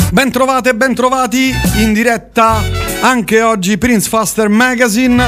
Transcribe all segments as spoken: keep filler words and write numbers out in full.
Ben trovate, ben trovati in diretta anche oggi Prince Faster Magazine.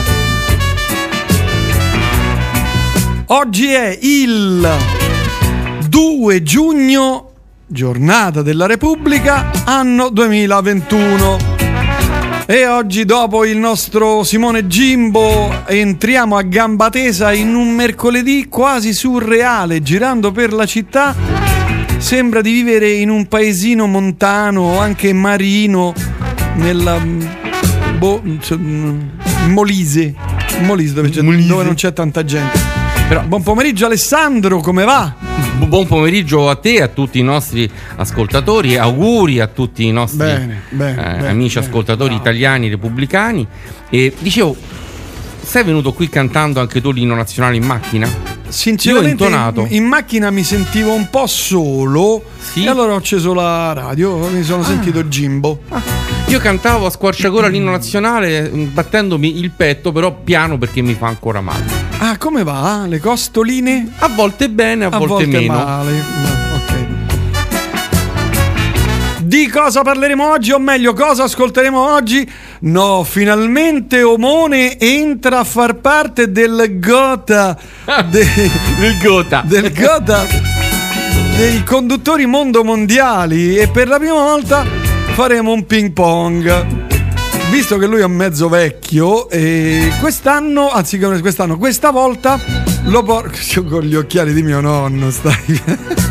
Oggi è il due giugno, giornata della Repubblica, anno duemilaventuno. E oggi, dopo il nostro Simone Gimbo, entriamo a gamba tesa in un mercoledì quasi surreale, girando per la città. Sembra di vivere in un paesino montano o anche marino, nella boh, Molise, Molise dove, c'è, Molise dove non c'è tanta gente. Però, buon pomeriggio Alessandro, come va? Buon pomeriggio a te e a tutti i nostri ascoltatori, auguri a tutti i nostri bene, bene, eh, bene, amici bene, ascoltatori bravo. Italiani, repubblicani. E dicevo, sei venuto qui cantando anche tu l'inno nazionale in macchina? Sinceramente, Io ho intonato. In, in macchina mi sentivo un po' solo, sì? E allora ho acceso la radio, mi sono ah. sentito Gimbo. Ah. Io cantavo a squarciagola l'inno nazionale battendomi il petto, però piano perché mi fa ancora male. Ah, come va? Le costoline? A volte bene, a, a volte, volte meno. Male. No, ok. Di cosa parleremo oggi, o meglio, cosa ascolteremo oggi? No, finalmente Omone entra a far parte del Gotha de, del Gotha del Gotha dei conduttori mondo mondiali, e per la prima volta faremo un ping pong. Visto che lui è mezzo vecchio, e quest'anno, anzi quest'anno, questa volta lo porto con gli occhiali di mio nonno, stai.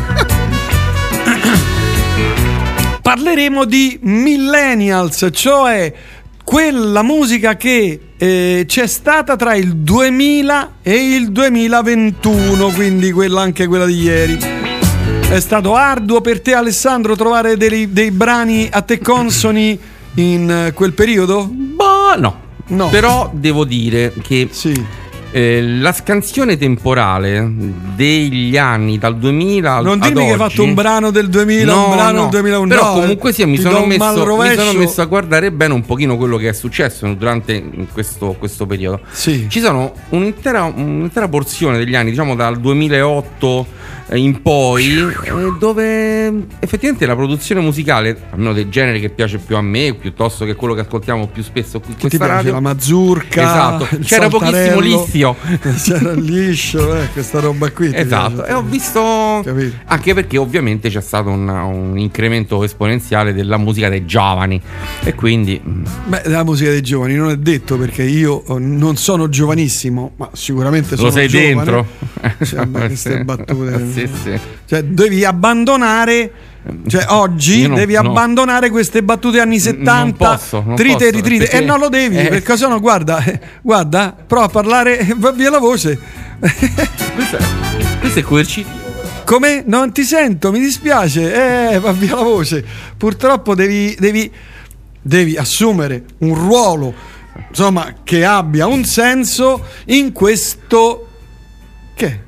Parleremo di millennials, cioè quella musica che eh, c'è stata tra il duemila e il duemilaventuno, quindi quella, anche quella di ieri. È stato arduo per te, Alessandro, trovare dei, dei brani a te consoni in quel periodo? Boh, no. No. Però devo dire che sì. Eh, la scansione temporale degli anni dal duemila non ad dimmi oggi, che hai fatto un brano del duemila, no, un brano no. del duemilauno, però comunque sia mi sono, messo, mi sono messo a guardare bene un pochino quello che è successo durante questo, questo periodo. Sì. Ci sono un'intera, un'intera porzione degli anni, diciamo dal duemilaotto in poi, eh, dove effettivamente la produzione musicale, almeno del genere che piace più a me, piuttosto che quello che ascoltiamo più spesso qui in Che ti questa piace, radio, la mazurka, esatto, c'era pochissimo liscio, c'era il liscio, eh, questa roba qui, esatto, e ho visto, capito? Anche perché ovviamente c'è stato un, un incremento esponenziale della musica dei giovani, e quindi beh, la musica dei giovani non è detto, perché io non sono giovanissimo, ma sicuramente sono lo sei giovane. Dentro, cioè, beh, queste sì. battute, sì, sì. Cioè devi abbandonare, cioè oggi non, devi no. abbandonare queste battute anni settanta, non posso, non trite e posso, ritrite, perché... e non lo devi, eh. perché sennò guarda, eh, guarda, prova a parlare, va via la voce. questo, è, questo è coercitivo. Come? Non ti sento, mi dispiace, eh, va via la voce. Purtroppo devi, devi, devi assumere un ruolo, insomma, che abbia un senso in questo. Che?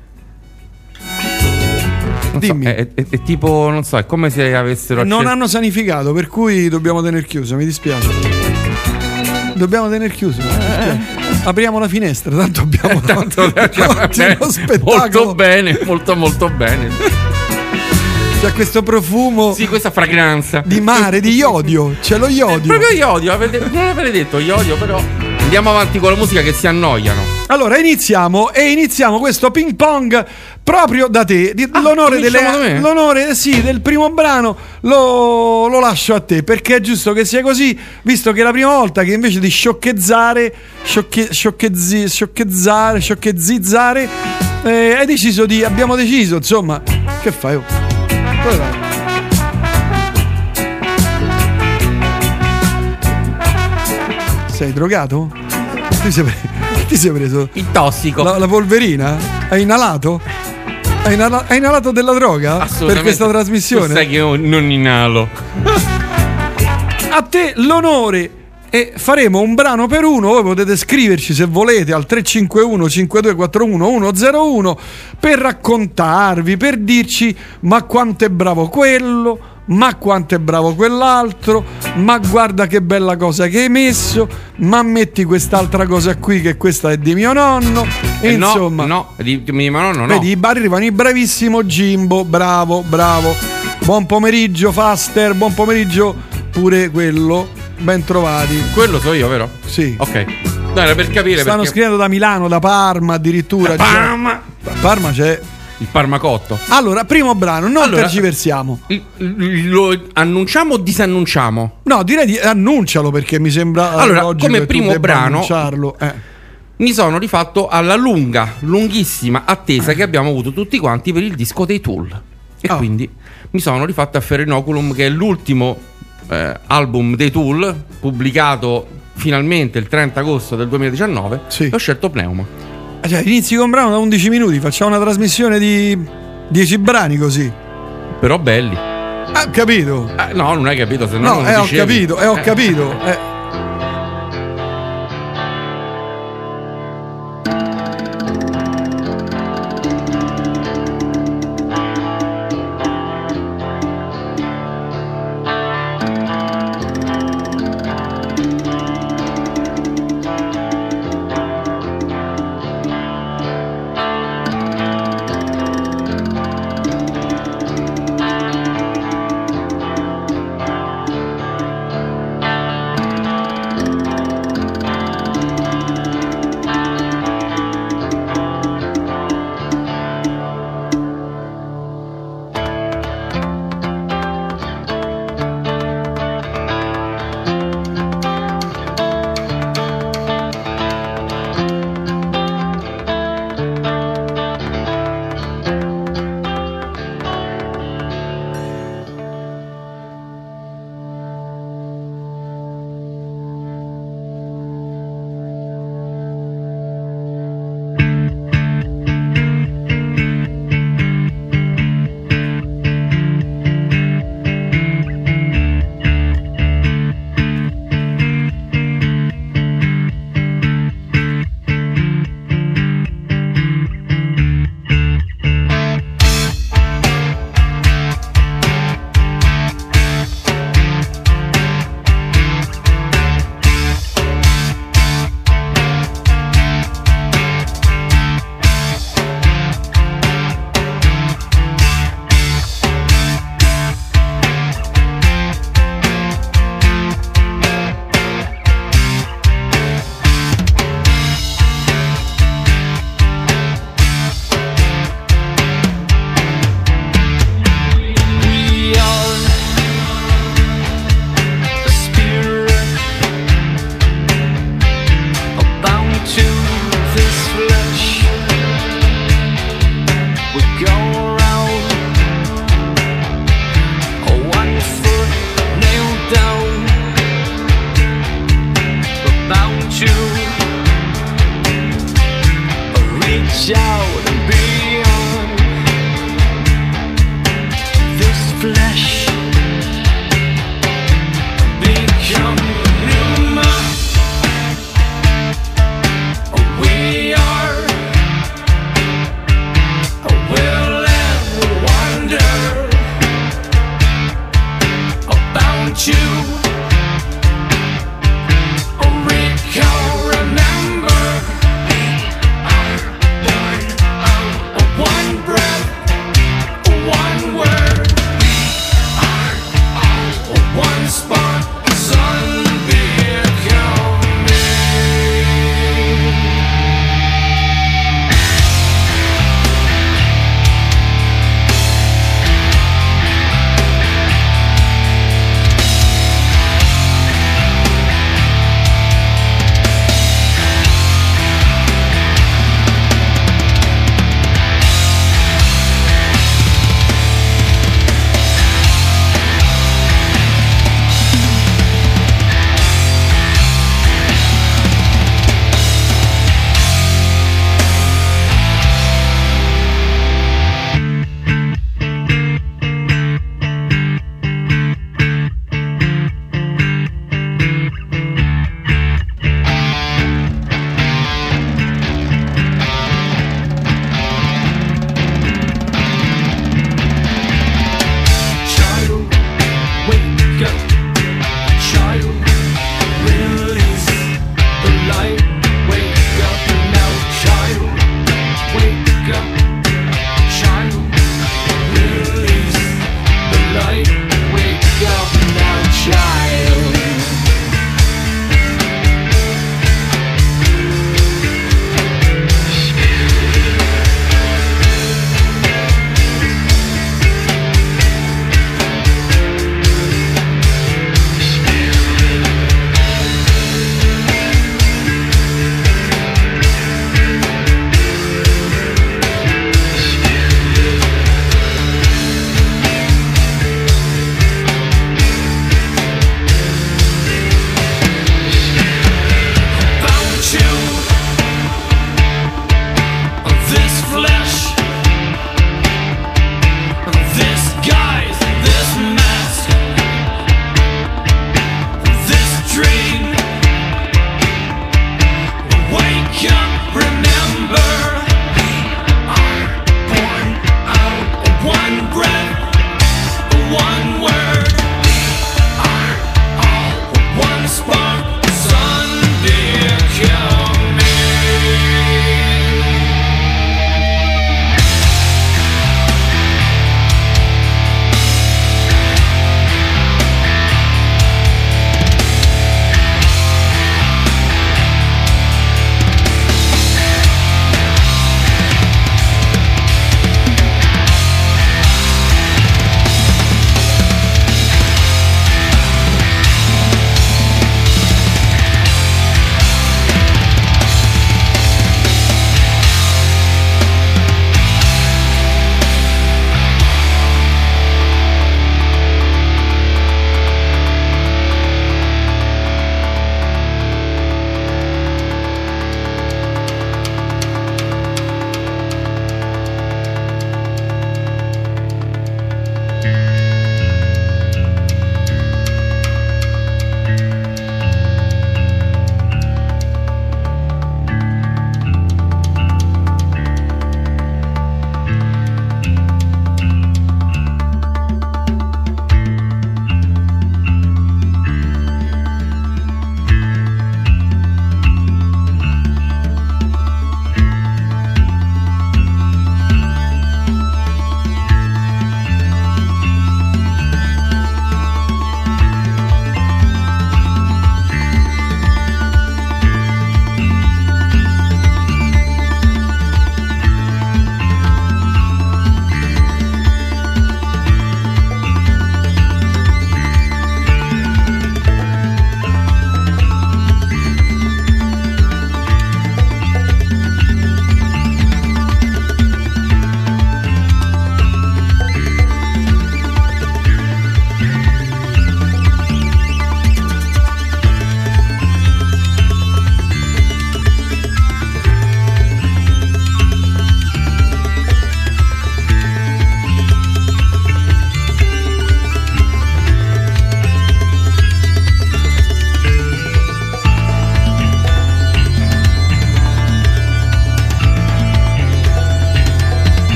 Non Dimmi. So, è, è, è tipo, non so, è come se avessero Non acceso... hanno sanificato, per cui dobbiamo tener chiuso, mi dispiace. Dobbiamo tener chiuso. Mi dispiace. Apriamo la finestra, tanto abbiamo tanto davanti uno spettacolo. Molto bene, molto molto bene. C'è questo profumo, sì, questa fragranza di mare, di iodio. C'è lo iodio. Proprio iodio, avete, non avete detto iodio, però andiamo avanti con la musica che si annoiano. Allora iniziamo e iniziamo questo ping pong proprio da te. Ah, l'onore, delle, da me? l'onore sì, del primo brano lo, lo lascio a te, perché è giusto che sia così, visto che è la prima volta che invece di sciocchezzare, sciocche, sciocchezzi, sciocchezzare, sciocchezzizzare, eh, hai deciso di, abbiamo deciso, insomma, che fai? Oh? Dove vai? Sei drogato? Ti sei, pre- ti sei preso il tossico, la, la polverina? Hai inalato? Hai, inala- hai inalato della droga per questa trasmissione? Tu sai che io non inalo. A te l'onore, e faremo un brano per uno. Voi potete scriverci se volete al tre cinque uno cinque due quattro uno uno zero uno per raccontarvi, per dirci ma quanto è bravo quello, ma quanto è bravo quell'altro, ma guarda che bella cosa che hai messo, ma metti quest'altra cosa qui che questa è di mio nonno, e eh insomma no, no, di, di mio nonno no. Vedi, arrivano i bravissimo Gimbo, bravo, bravo. Buon pomeriggio Faster, buon pomeriggio pure quello. Ben trovati. Quello so io, vero? Sì. Ok. No, era per capire. Stanno perché... scrivendo da Milano, da Parma addirittura. Da Parma. Da Parma c'è il Parmacotto. Allora, primo brano, non allora, tergiversiamo. Lo annunciamo o disannunciamo? No, direi di annuncialo, perché mi sembra allora, logico come che primo tu debba brano annunciarlo. Eh. Mi sono rifatto alla lunga, lunghissima attesa che abbiamo avuto tutti quanti per il disco dei Tool. E oh. quindi mi sono rifatto a Ferinoculum, che è l'ultimo eh, album dei Tool, pubblicato finalmente il trenta agosto del duemiladiciannove. Sì. E ho scelto Pneuma. Cioè, inizi con un brano da undici minuti, facciamo una trasmissione di dieci brani così. Però belli. Ah, capito? Eh, no, non hai capito, se no, no non eh, lo ho dicevi. capito, eh, ho eh. capito. Eh.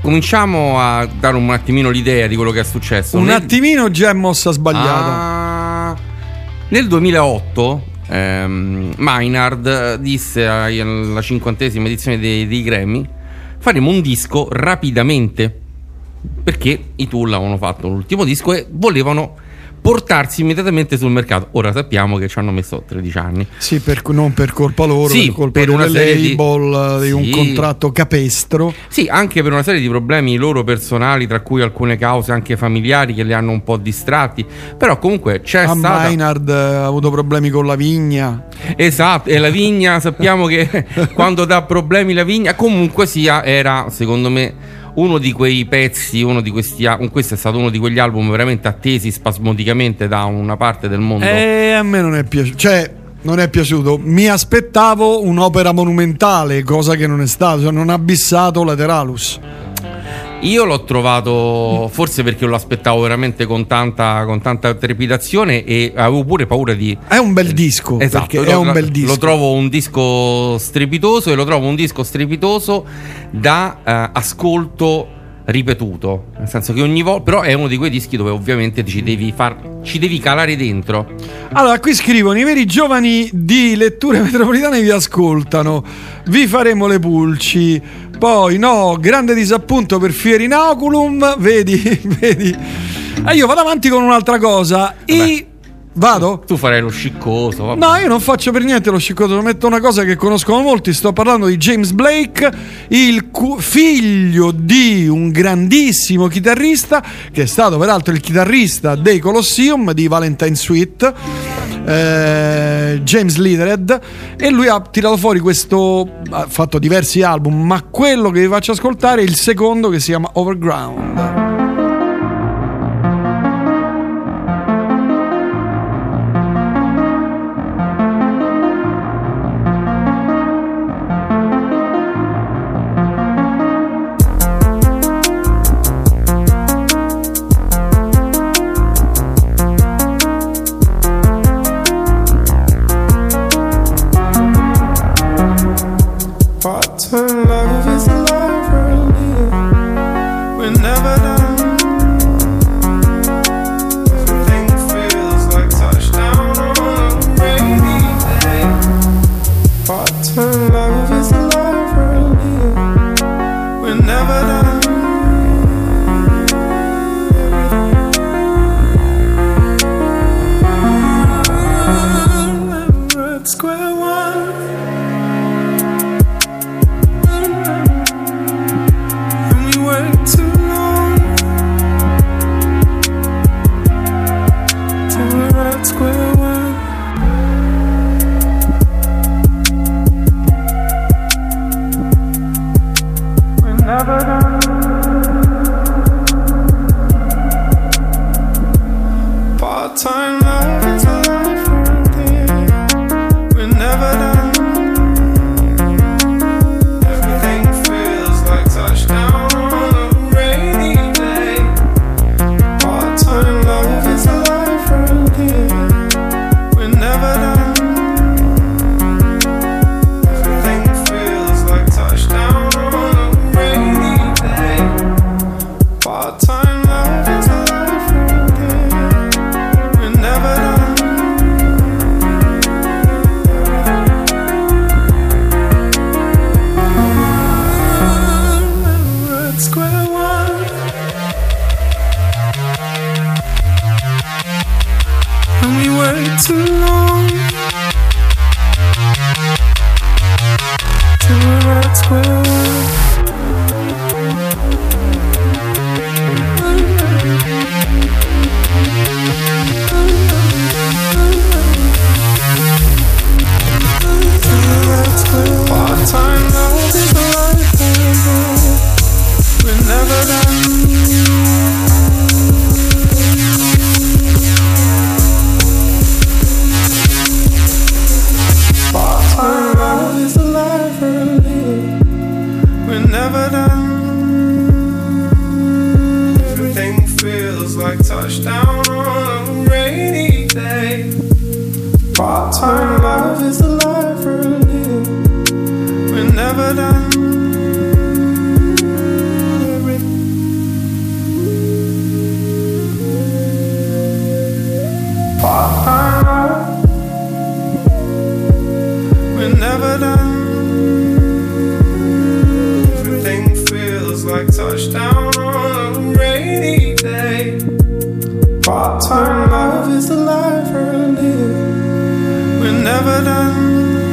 cominciamo a dare un attimino l'idea di quello che è successo. Un Nel... attimino già è mossa sbagliata. Ah, nel duemilaotto ehm, Maynard disse alla cinquantesima edizione dei, dei Grammy: faremo un disco rapidamente, perché i Tool avevano fatto l'ultimo disco e volevano portarsi immediatamente sul mercato. Ora sappiamo che ci hanno messo tredici anni. Sì, per, non per colpa loro, sì, per colpa per una delle serie label, di, di sì. un contratto capestro. Sì, anche per una serie di problemi loro personali, tra cui alcune cause anche familiari che li hanno un po' distratti. Però comunque c'è A stata... Maynard ha avuto problemi con la vigna. Esatto, e la vigna sappiamo che quando dà problemi la vigna, comunque sia, era secondo me uno di quei pezzi, uno di questi, questo è stato uno di quegli album veramente attesi spasmodicamente da una parte del mondo. E a me non è piaciuto, cioè non è piaciuto. Mi aspettavo un'opera monumentale, cosa che non è stato, cioè non ha abissato Lateralus. Io l'ho trovato, forse perché lo aspettavo veramente con tanta, con tanta trepidazione, e avevo pure paura di... È un bel disco, esatto, perché lo, è un bel disco. Lo trovo un disco strepitoso, e lo trovo un disco strepitoso da uh, ascolto ripetuto, nel senso che ogni volta, però è uno di quei dischi dove ovviamente ci devi far, ci devi calare dentro. Allora, qui scrivono: i veri giovani di Letture Metropolitane vi ascoltano, vi faremo le pulci. Poi no, grande disappunto per Fieri Inoculum. Vedi, vedi. E io vado avanti con un'altra cosa. I... Vado? Tu farai lo sciccoso. Vabbè. No, io non faccio per niente lo sciccoso. Metto una cosa che conoscono molti. Sto parlando di James Blake, il cu- figlio di un grandissimo chitarrista, che è stato peraltro il chitarrista dei Colosseum, di Valentine Suite, eh, James Ledered. E lui ha tirato fuori questo, ha fatto diversi album, ma quello che vi faccio ascoltare è il secondo, che si chiama Overground. Part-time love is the life we're living. We're never done.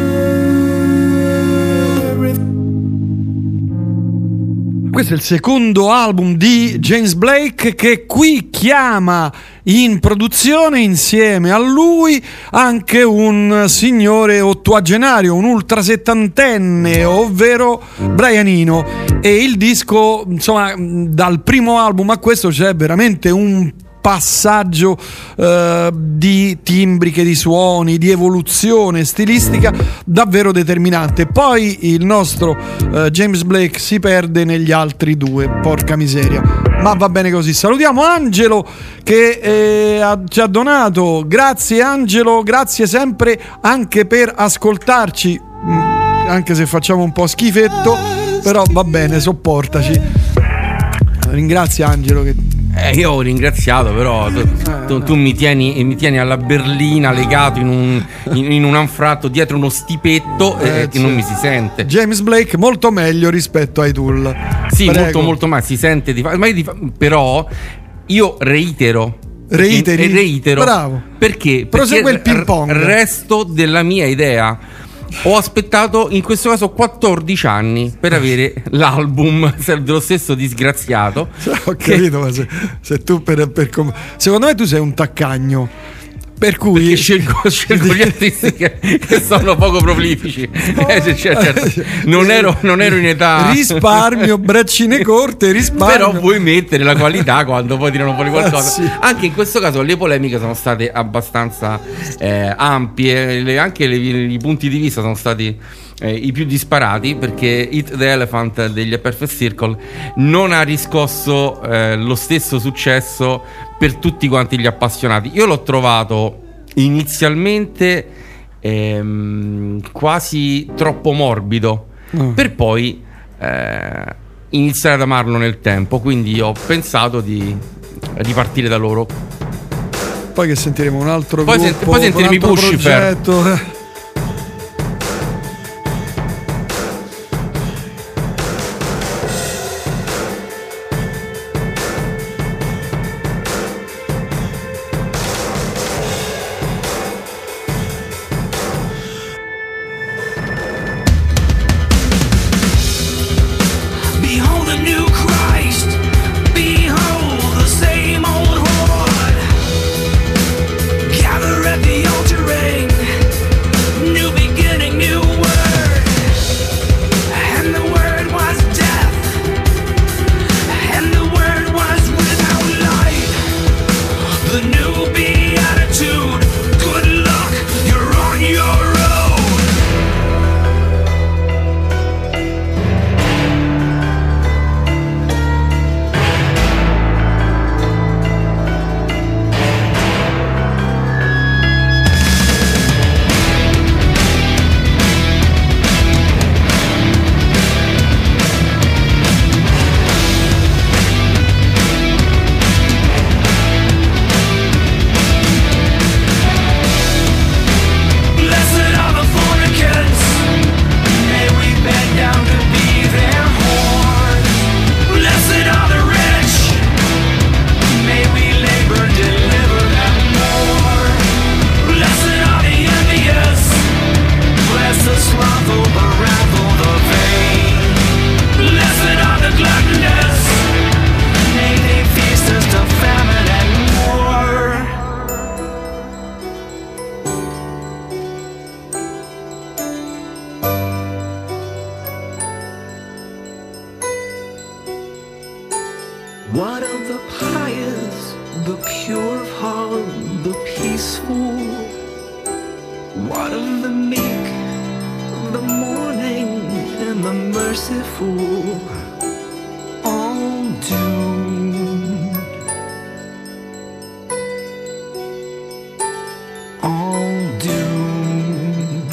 Questo è il secondo album di James Blake, che qui chiama in produzione insieme a lui anche un signore ottuagenario, un ultrasettantenne, ovvero Brian Eno. E il disco, insomma, dal primo album a questo c'è veramente un passaggio eh, di timbriche, di suoni, di evoluzione stilistica davvero determinante. Poi il nostro eh, James Blake si perde negli altri due, porca miseria, ma va bene così. Salutiamo Angelo che eh, ha, ci ha donato, grazie Angelo, grazie sempre anche per ascoltarci, anche se facciamo un po' schifetto, però va bene, sopportaci. Ringrazio Angelo che Eh, io ho ringraziato, però tu, tu, tu mi, tieni, mi tieni alla berlina legato in un, in, in un anfratto dietro uno stipetto eh, eh, che non mi si sente. James Blake molto meglio rispetto ai Tool. Sì, Prego. molto molto ma si sente di fa- ma io di fa- però io reitero Reiteri? reitero Bravo. Perché? Prosegue Perché il ping pong. r- resto della mia idea. Ho aspettato in questo caso quattordici anni per avere l'album dello stesso disgraziato. Ho capito, ma se, se tu per, per com- secondo me tu sei un taccagno, per cui Perché scelgo, scelgo gli artisti che, che sono poco prolifici. Eh, cioè, certo, non, ero, non ero in età. Risparmio, braccine corte, risparmio. Però vuoi mettere la qualità quando poi tirano fuori qualcosa. Ah, sì. Anche in questo caso le polemiche sono state abbastanza eh, ampie, le, anche le, i punti di vista sono stati eh, i più disparati, perché Eat the Elephant degli A Perfect Circle non ha riscosso eh, lo stesso successo per tutti quanti gli appassionati. Io l'ho trovato inizialmente ehm, quasi troppo morbido, mm. per poi eh, iniziare ad amarlo nel tempo, quindi ho pensato di ripartire da loro. Poi che sentiremo un altro poi gruppo, sent- poi sentiremo i Puscifer. progetto. Behold a new Christ, behold the same old horde. Gather at the altar ring, new beginning, new word. And the word was death, and the word was without light. The new beatitude, good luck, you're on your own. Blessed are the fornicants, may we bend down to be their whores. Blessed are the rich, may we labor, deliver them more. Blessed are the envious, bless the slothful, barathle the vain. Blessed are the gluttonous, may they feast us to famine and war. What of the pious, the pure of heart, the peaceful? What of the meek, the mourning, and the merciful? All doomed, all doomed.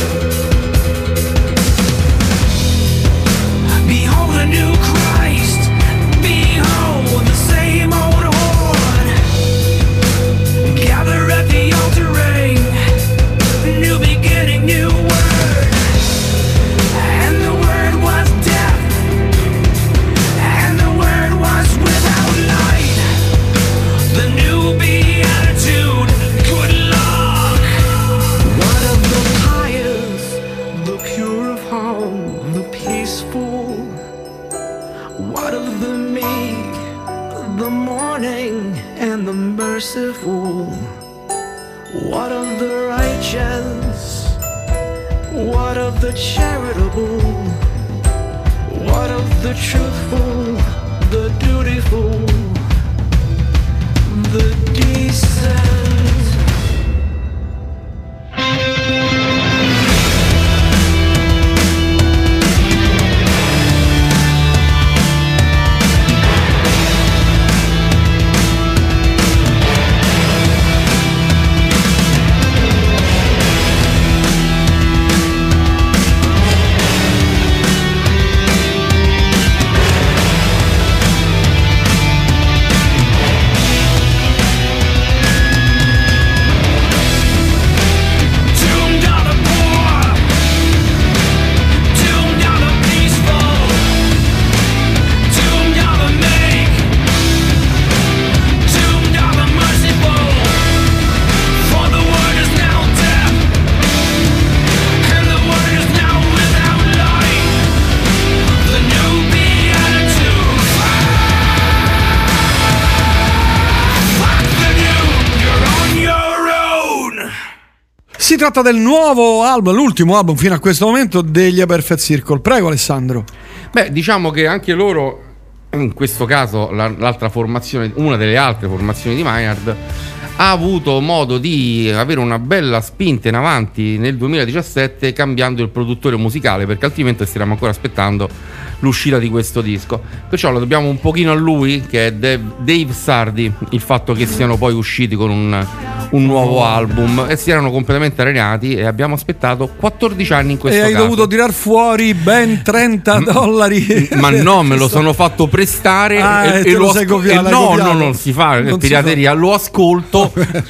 Behold a new Christ, the morning and the merciful? What of the righteous? What of the charitable? What of the truthful, the dutiful, the decent? Si tratta del nuovo album, l'ultimo album fino a questo momento degli A Perfect Circle. Prego Alessandro. Beh, diciamo che anche loro, in questo caso la, l'altra formazione, una delle altre formazioni di Maynard, ha avuto modo di avere una bella spinta in avanti nel duemiladiciassette cambiando il produttore musicale, perché altrimenti stiamo ancora aspettando l'uscita di questo disco. Perciò lo dobbiamo un pochino a lui, che è Dave, Dave Sardi, il fatto che siano poi usciti con un, un nuovo album e si erano completamente arenati, e abbiamo aspettato quattordici anni in questo e caso. E hai dovuto tirar fuori ben trenta dollari. Ma no, me lo sono fatto prestare ah, e, e, e lo lo sei asco- copiato, e no, copiato. no, non si fa, non pirateria, si fa. Lo ascolto.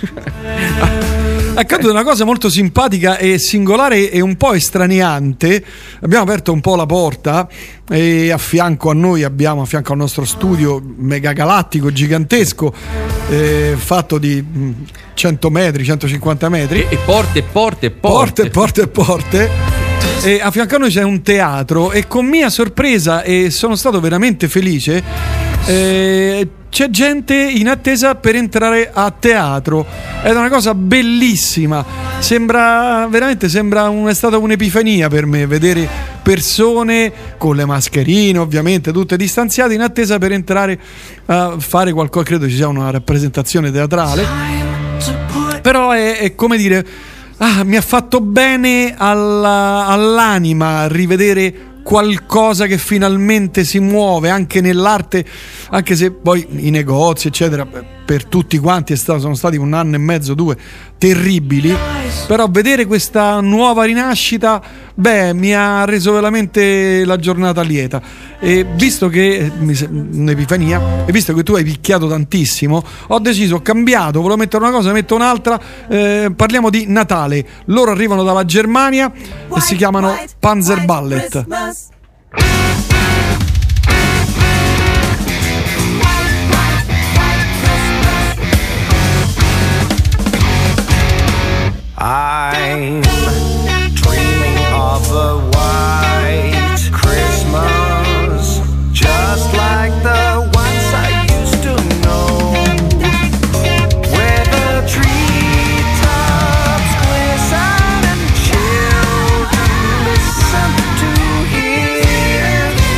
È accaduta una cosa molto simpatica e singolare e un po' estraniante. Abbiamo aperto un po' la porta e a fianco a noi abbiamo, a fianco al nostro studio megagalattico, gigantesco, eh, fatto di cento metri, centocinquanta metri. E porte, porte, Porte, porte. porte, porte. E a fianco a noi c'è un teatro e con mia sorpresa, e sono stato veramente felice, eh, c'è gente in attesa per entrare a teatro. È una cosa bellissima. Sembra veramente sembra un, è stata un'epifania per me vedere persone con le mascherine, ovviamente tutte distanziate, in attesa per entrare a fare qualcosa. Credo ci sia una rappresentazione teatrale, però è, è come dire, ah, mi ha fatto bene alla, all'anima rivedere qualcosa che finalmente si muove anche nell'arte, anche se poi i negozi eccetera per tutti quanti è stato, sono stati un anno e mezzo, due terribili, però vedere questa nuova rinascita, beh, mi ha reso veramente la giornata lieta. E visto che un'epifania, e visto che tu hai picchiato tantissimo, ho deciso, ho cambiato, volevo mettere una cosa, metto un'altra. Eh, parliamo di Natale. Loro arrivano dalla Germania e si chiamano Panzer Ballet. I'm dreaming of a white Christmas, just like the ones I used to know, where the treetops glisten and children listen to hear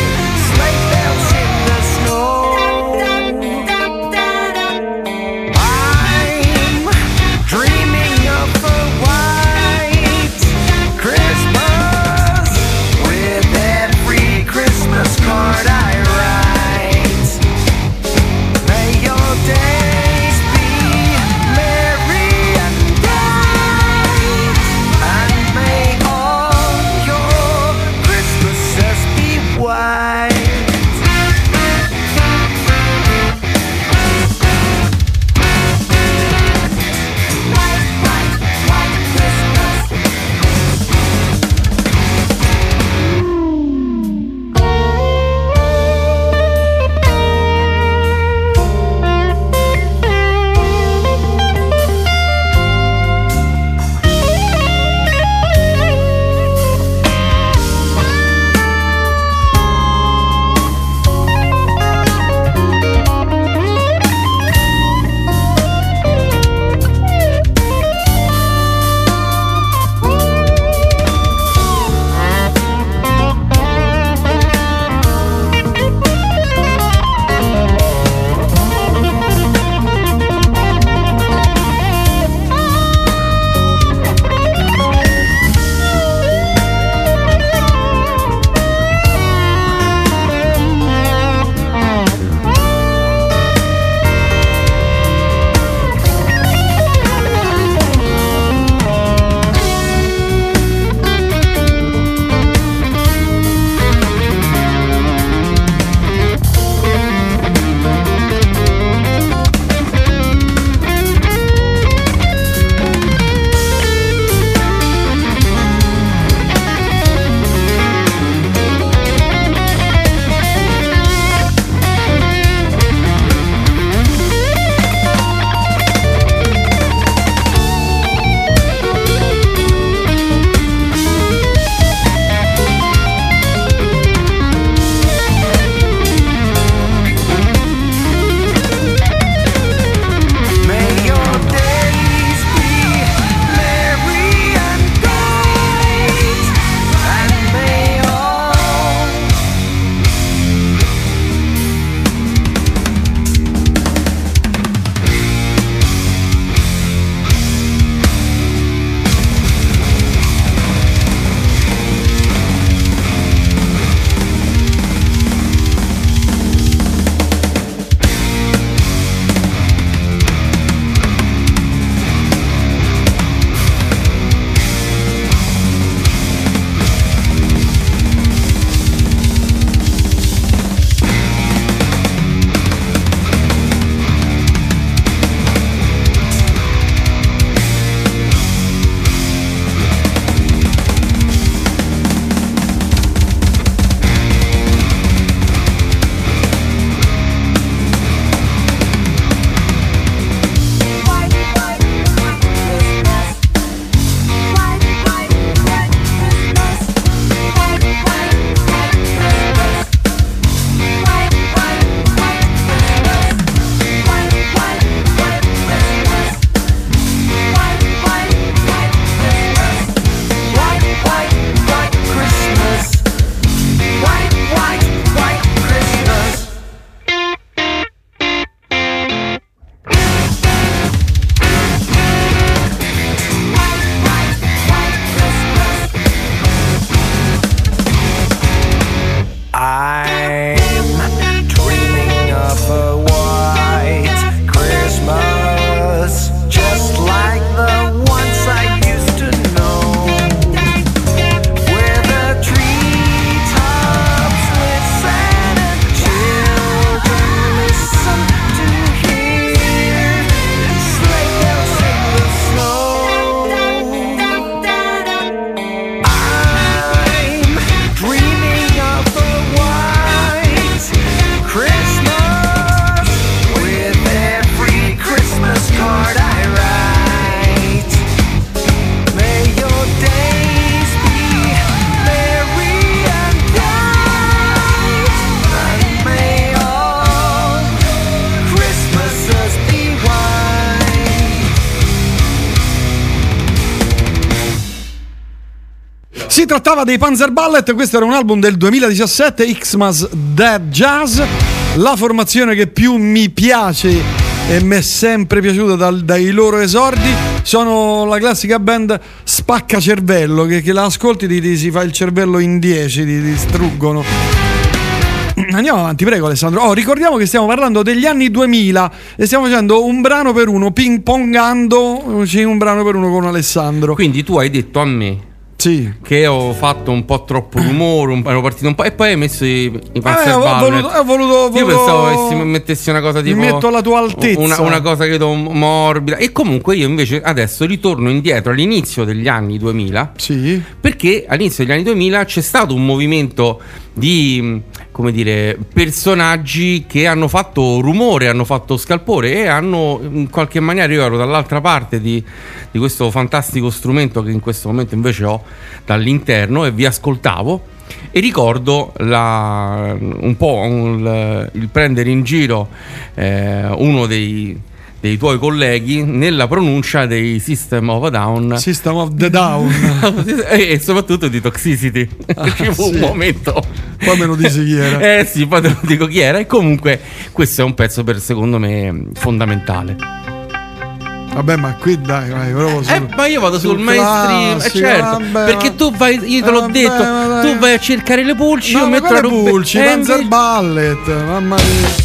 trattava dei Panzer Ballet, questo era un album del duemiladiciassette, Xmas Dead Jazz, la formazione che più mi piace e mi è sempre piaciuta dal, dai loro esordi. Sono la classica band spacca cervello, che, che la ascolti ti, ti si fa il cervello in dieci, ti distruggono. Andiamo avanti, prego Alessandro. Oh, ricordiamo che stiamo parlando degli anni duemila e stiamo facendo un brano per uno, ping pongando un brano per uno con Alessandro. Quindi tu hai detto a me sì, che ho fatto un po' troppo rumore, un, ero partito un po' e poi hai messo i, i Panzer eh, ho Ballet. voluto, ho voluto, voluto, Io pensavo che si mettessi una cosa tipo mi metto alla tua altezza, una, una cosa credo morbida. E comunque io invece adesso ritorno indietro all'inizio degli anni duemila. Sì. Perché all'inizio degli anni duemila c'è stato un movimento di, come dire, personaggi che hanno fatto rumore, hanno fatto scalpore e hanno in qualche maniera, io ero dall'altra parte di, di questo fantastico strumento che in questo momento invece ho dall'interno e vi ascoltavo e ricordo la, un po' un, il prendere in giro eh, uno dei dei tuoi colleghi nella pronuncia dei System of a Down, System of the Down e soprattutto di Toxicity. Ah, ci fu sì. un momento, poi me lo dici chi era. eh sì, poi te lo dico chi era. E comunque questo è un pezzo per secondo me fondamentale. Vabbè, ma qui dai, vai, proprio sul, Eh, ma io vado sul, sul mainstream, eh, classico, certo, vabbè, perché ma- tu vai, io te l'ho vabbè, detto, vabbè. tu vai a cercare le pulci, no, io ma metto la quelle roba- pulci, eh, Panzer invece- Ballet, mamma mia.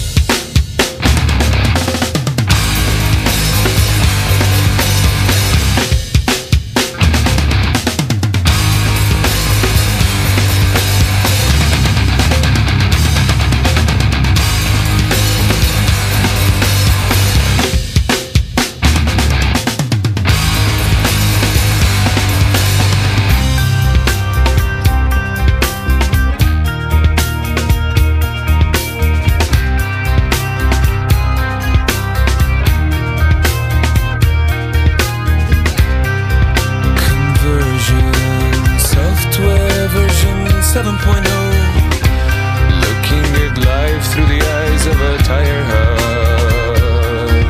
Conversion, software version seven point oh. Looking at life through the eyes of a tire hub.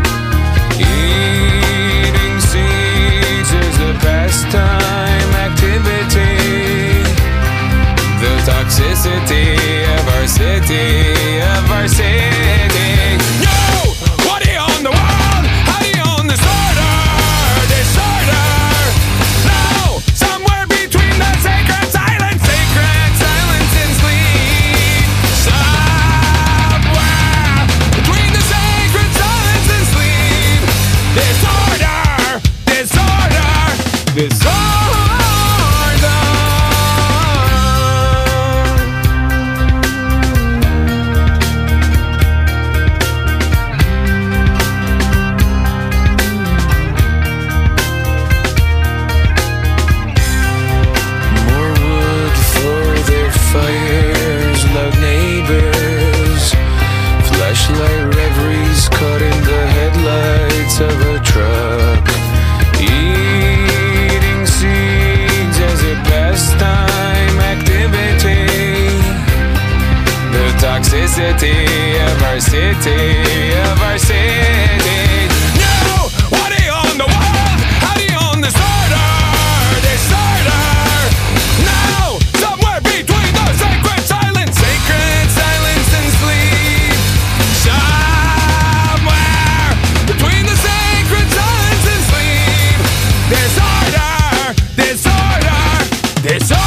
Eating seeds is a pastime activity. The toxicity of our city, of our city. No! What do you own the world? How do you own disorder? Disorder! No! Somewhere between the sacred silence, sacred silence and sleep. Somewhere between the sacred silence and sleep. Disorder! Disorder! Disorder! More wood for their fires, loud neighbors, flashlight reveries caught in the headlights of a truck. Eating seeds as a pastime activity. The toxicity of our city, of our city. No! What do you own the world? How do you own disorder? Disorder! No! Somewhere between the sacred silence, sacred silence and sleep. Somewhere between the sacred silence and sleep. Disorder! Disorder! Disorder!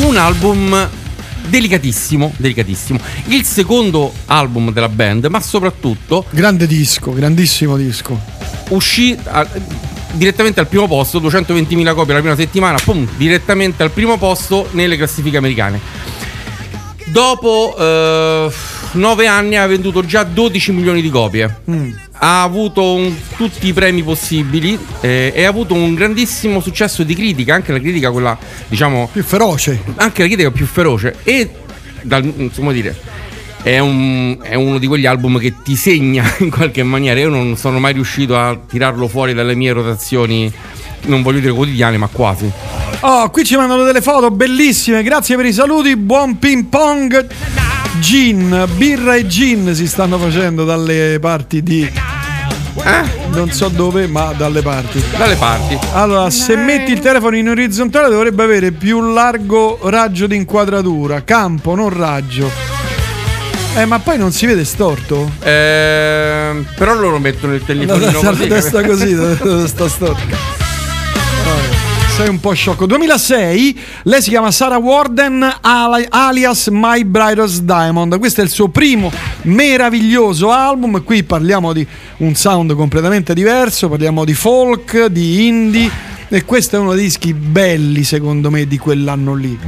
un album delicatissimo, delicatissimo. Il secondo album della band, ma soprattutto grande disco, grandissimo disco. Uscì a, direttamente al primo posto, duecentoventimila copie la prima settimana, pum, direttamente al primo posto nelle classifiche americane. Dopo eh, nove anni ha venduto già dodici milioni di copie. Mm. Ha avuto un, tutti i premi possibili eh, e ha avuto un grandissimo successo di critica, anche la critica quella, diciamo, più feroce. Anche la critica più feroce. E dal, insomma dire, è, un, è uno di quegli album che ti segna in qualche maniera. Io non sono mai riuscito a tirarlo fuori dalle mie rotazioni, non voglio dire quotidiane, ma quasi. Oh, qui ci mandano delle foto bellissime, grazie per i saluti, buon ping pong. Gin, birra e gin si stanno facendo dalle parti di eh? non so dove, ma dalle parti. Dalle parti. Allora, se metti il telefono in orizzontale dovrebbe avere più largo raggio di inquadratura, campo, non raggio. Eh, ma poi non si vede storto? Eh, però loro mettono il telefonino la, così. La testa così, sta storta. Sei un po' sciocco. duemilasei, lei si chiama Sarah Warden alias My Brightest Diamond. Questo è il suo primo meraviglioso album. Qui parliamo di un sound completamente diverso, parliamo di folk, di indie, e questo è uno dei dischi belli secondo me di quell'anno lì.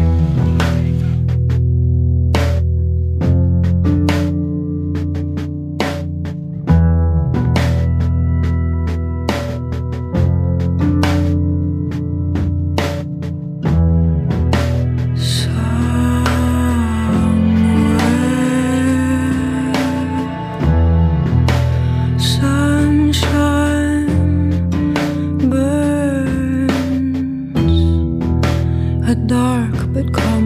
dark but calm.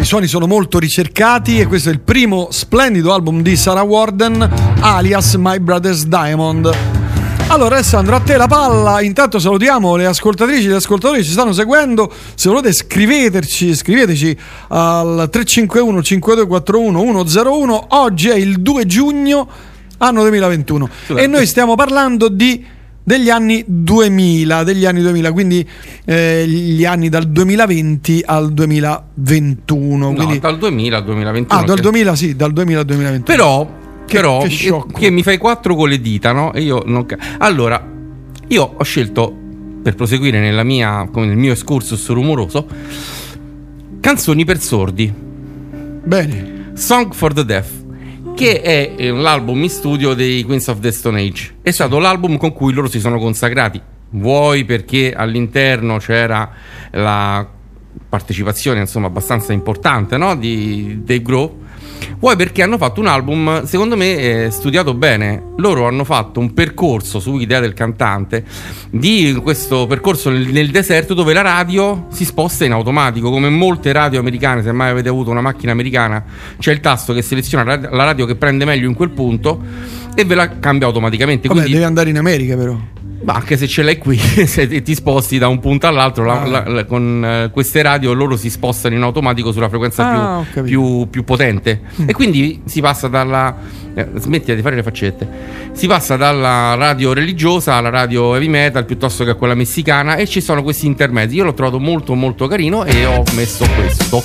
suoni sono molto ricercati e questo è il primo splendido album di Sarah Warden, alias My Brother's Diamond. Allora Alessandro, a te la palla. Intanto salutiamo le ascoltatrici e gli ascoltatori che ci stanno seguendo. Se volete scriveteci, scriveteci al tre cinque uno cinque due quattro uno uno zero uno. Oggi è il due giugno anno duemilaventuno e noi stiamo parlando di degli anni duemila, degli anni duemila, quindi eh, gli anni dal duemilaventi al duemilaventuno. No, quindi... dal duemila al duemilaventuno. Ah, dal che... duemila, sì, dal duemila al duemilaventuno. Però, che, però che, che, che mi fai quattro con le dita, no? E io non... Allora, io ho scelto, per proseguire nella mia, come nel mio excursus rumoroso, canzoni per sordi. Bene. Song for the Deaf, che è l'album in studio dei Queens of the Stone Age. È stato l'album con cui loro si sono consacrati. Vuoi perché all'interno c'era la partecipazione, insomma, abbastanza importante, no? Di Dave Grohl. Vuoi perché hanno fatto un album, secondo me, eh, studiato bene. Loro hanno fatto un percorso su idea del cantante, di questo percorso nel, nel deserto, dove la radio si sposta in automatico, come molte radio americane. Se mai avete avuto una macchina americana, c'è il tasto che seleziona la, la radio che prende meglio in quel punto e ve la cambia automaticamente. Vabbè, quindi devi andare in America però. ma anche se ce l'hai qui, se ti sposti da un punto all'altro, la, Ah. la, la, con eh, queste radio loro si spostano in automatico sulla frequenza Ah, ho più, capito. più, più potente. E quindi si passa dalla eh, smettila di fare le faccette, si passa dalla radio religiosa alla radio heavy metal piuttosto che a quella messicana, e ci sono questi intermedi. Io l'ho trovato molto molto carino e ho messo questo.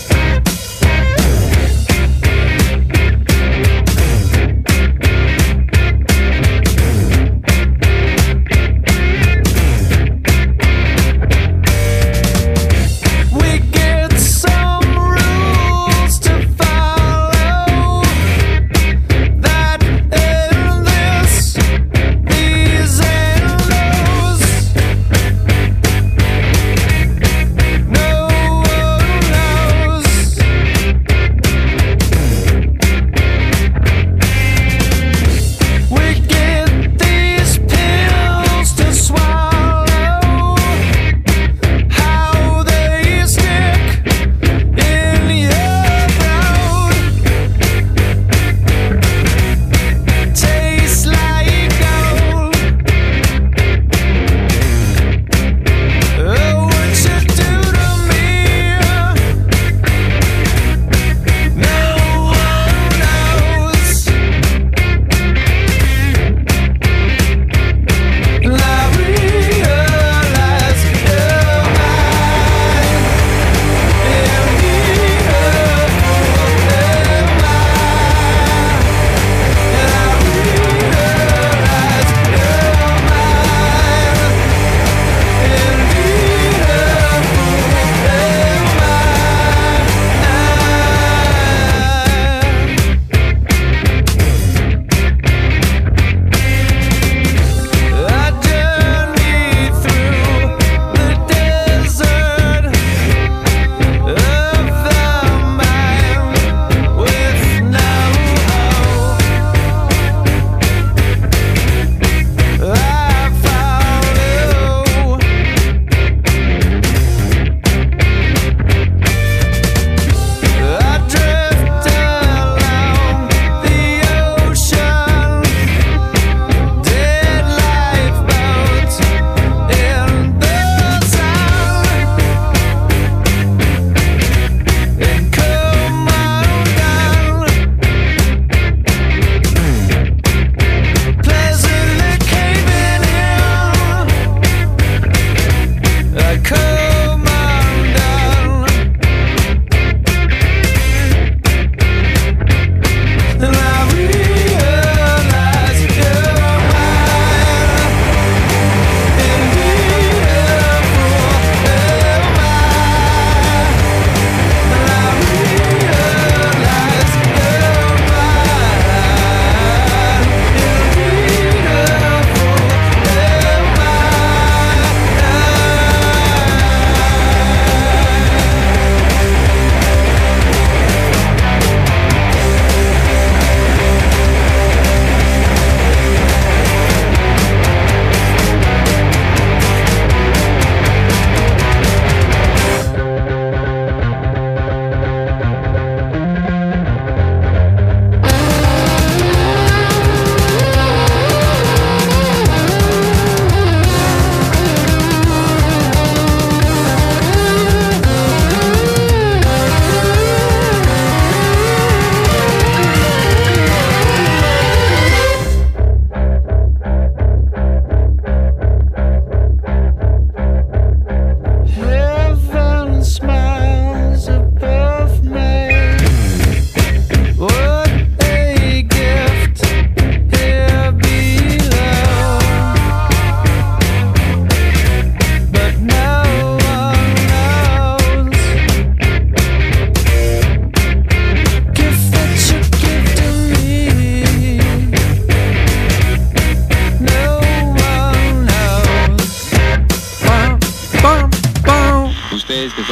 We get some rules to follow that in this, these and those. No one knows.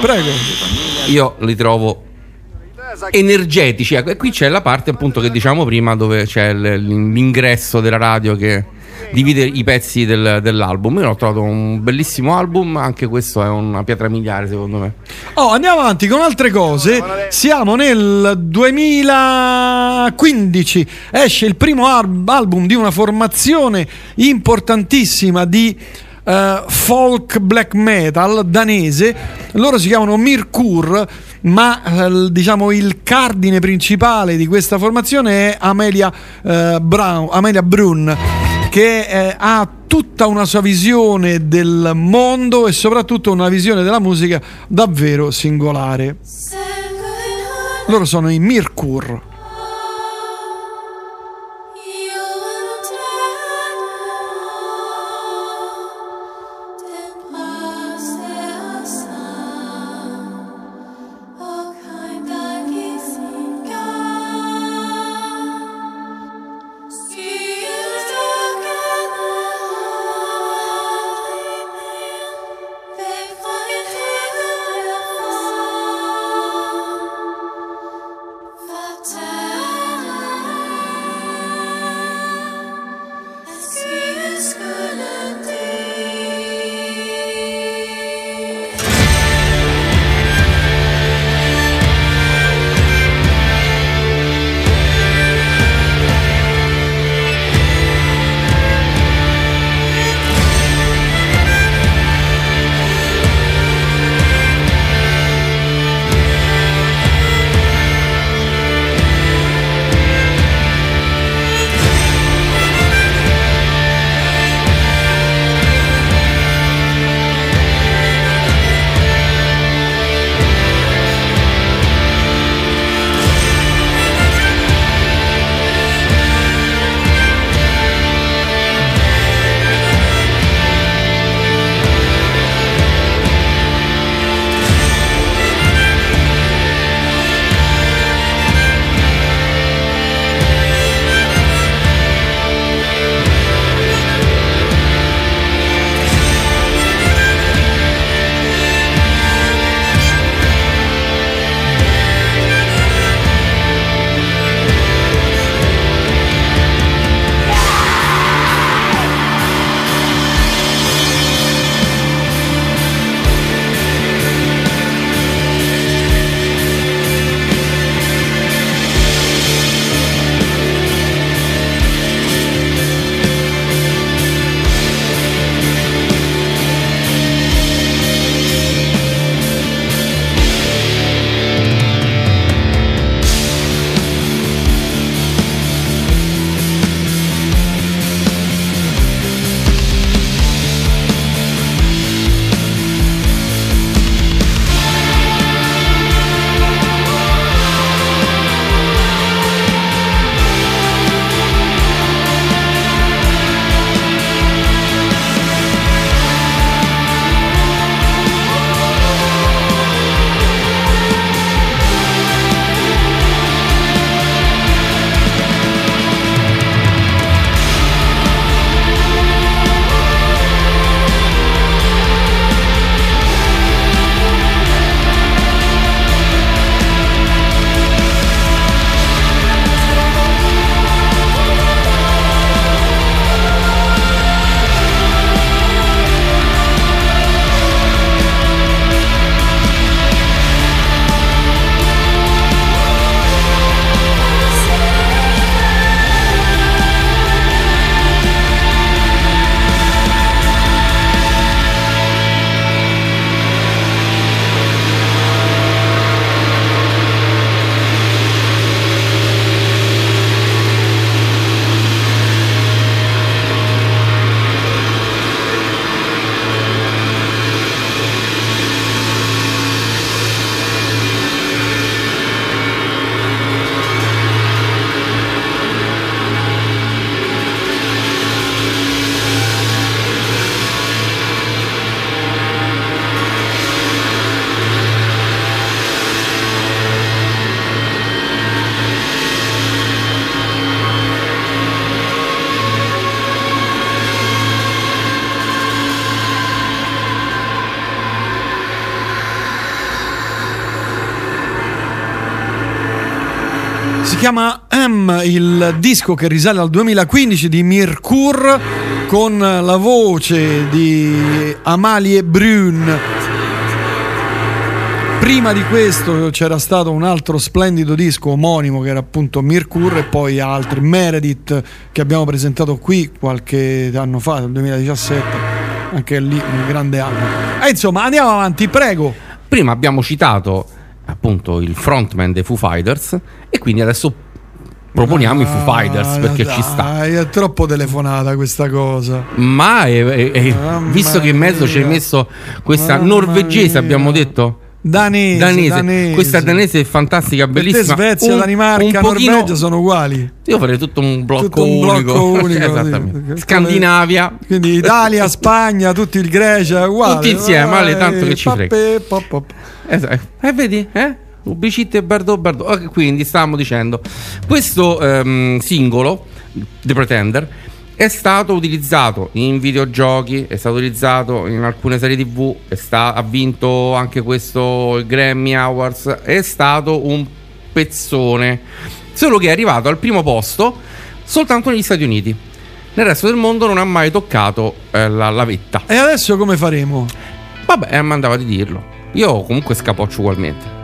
Prego. Io li trovo energetici, ecco. E qui c'è la parte appunto che diciamo prima, dove c'è l- l'ingresso della radio che divide i pezzi del- dell'album. Io l'ho trovato un bellissimo album, anche questo è una pietra miliare secondo me. Oh, andiamo avanti con altre cose. Siamo nel duemilaquindici, esce il primo al- album di una formazione importantissima di eh, folk black metal danese. Loro si chiamano Mirkur, ma eh, diciamo il cardine principale di questa formazione è Amelia eh, Brown, Amelia Brun, che eh, ha tutta una sua visione del mondo e soprattutto una visione della musica davvero singolare. Loro sono i Mirkur. Time. chiama M, il disco che risale al duemilaquindici di Mirkur, con la voce di Amalie Brun. Prima di questo c'era stato un altro splendido disco omonimo che era appunto Mirkur, e poi altri, Meredith, che abbiamo presentato qui qualche anno fa, nel duemiladiciassette, anche lì un grande album. E insomma, andiamo avanti, prego. Prima abbiamo citato appunto il frontman dei Foo Fighters e quindi adesso proponiamo ah, i Foo Fighters perché dai, ci sta. È troppo telefonata questa cosa. Ma è, è, è, visto che in mezzo c'è messo questa Mamma norvegese, mia. abbiamo detto danese, danese. danese, questa danese è fantastica, bellissima. Per te Svezia, un, Danimarca, un pochino, Norvegia sono uguali. Io farei tutto un blocco tutto un unico, blocco unico esattamente. Sì. Scandinavia, quindi Italia, Spagna, tutti il Grecia, uguali. Tutti insieme, ale tanto che ci frega. Pop, pop. Esatto. E vedi, eh? Ubicite e Bardot Bardot. Quindi stavamo dicendo, questo um, singolo, The Pretender, è stato utilizzato in videogiochi, è stato utilizzato in alcune serie tv, è sta- ha vinto anche questo il Grammy Awards, è stato un pezzone, solo che è arrivato al primo posto soltanto negli Stati Uniti. Nel resto del mondo non ha mai toccato eh, la, la vetta. E adesso come faremo? Vabbè, mandava di dirlo. Io comunque scapoccio ugualmente.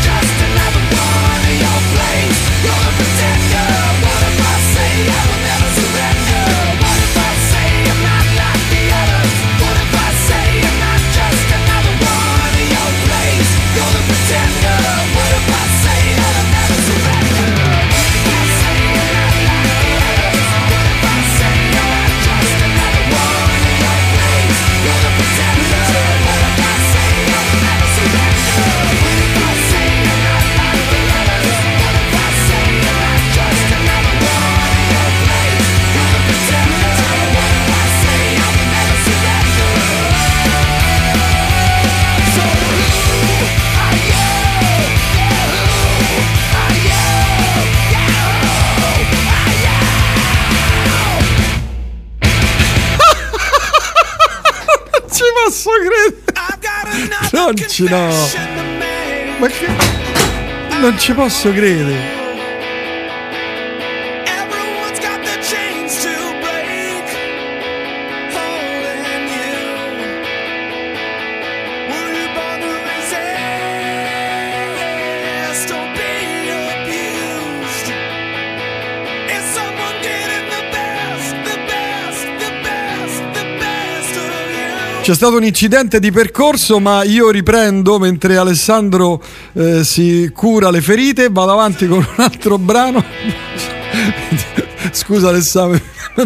You're the pretender. What if I say I will never posso credere. Non ci no. Ma che... Non ci posso credere. C'è stato un incidente di percorso, ma io riprendo mentre Alessandro eh, si cura le ferite. Vado avanti con un altro brano. Scusa Alessandro.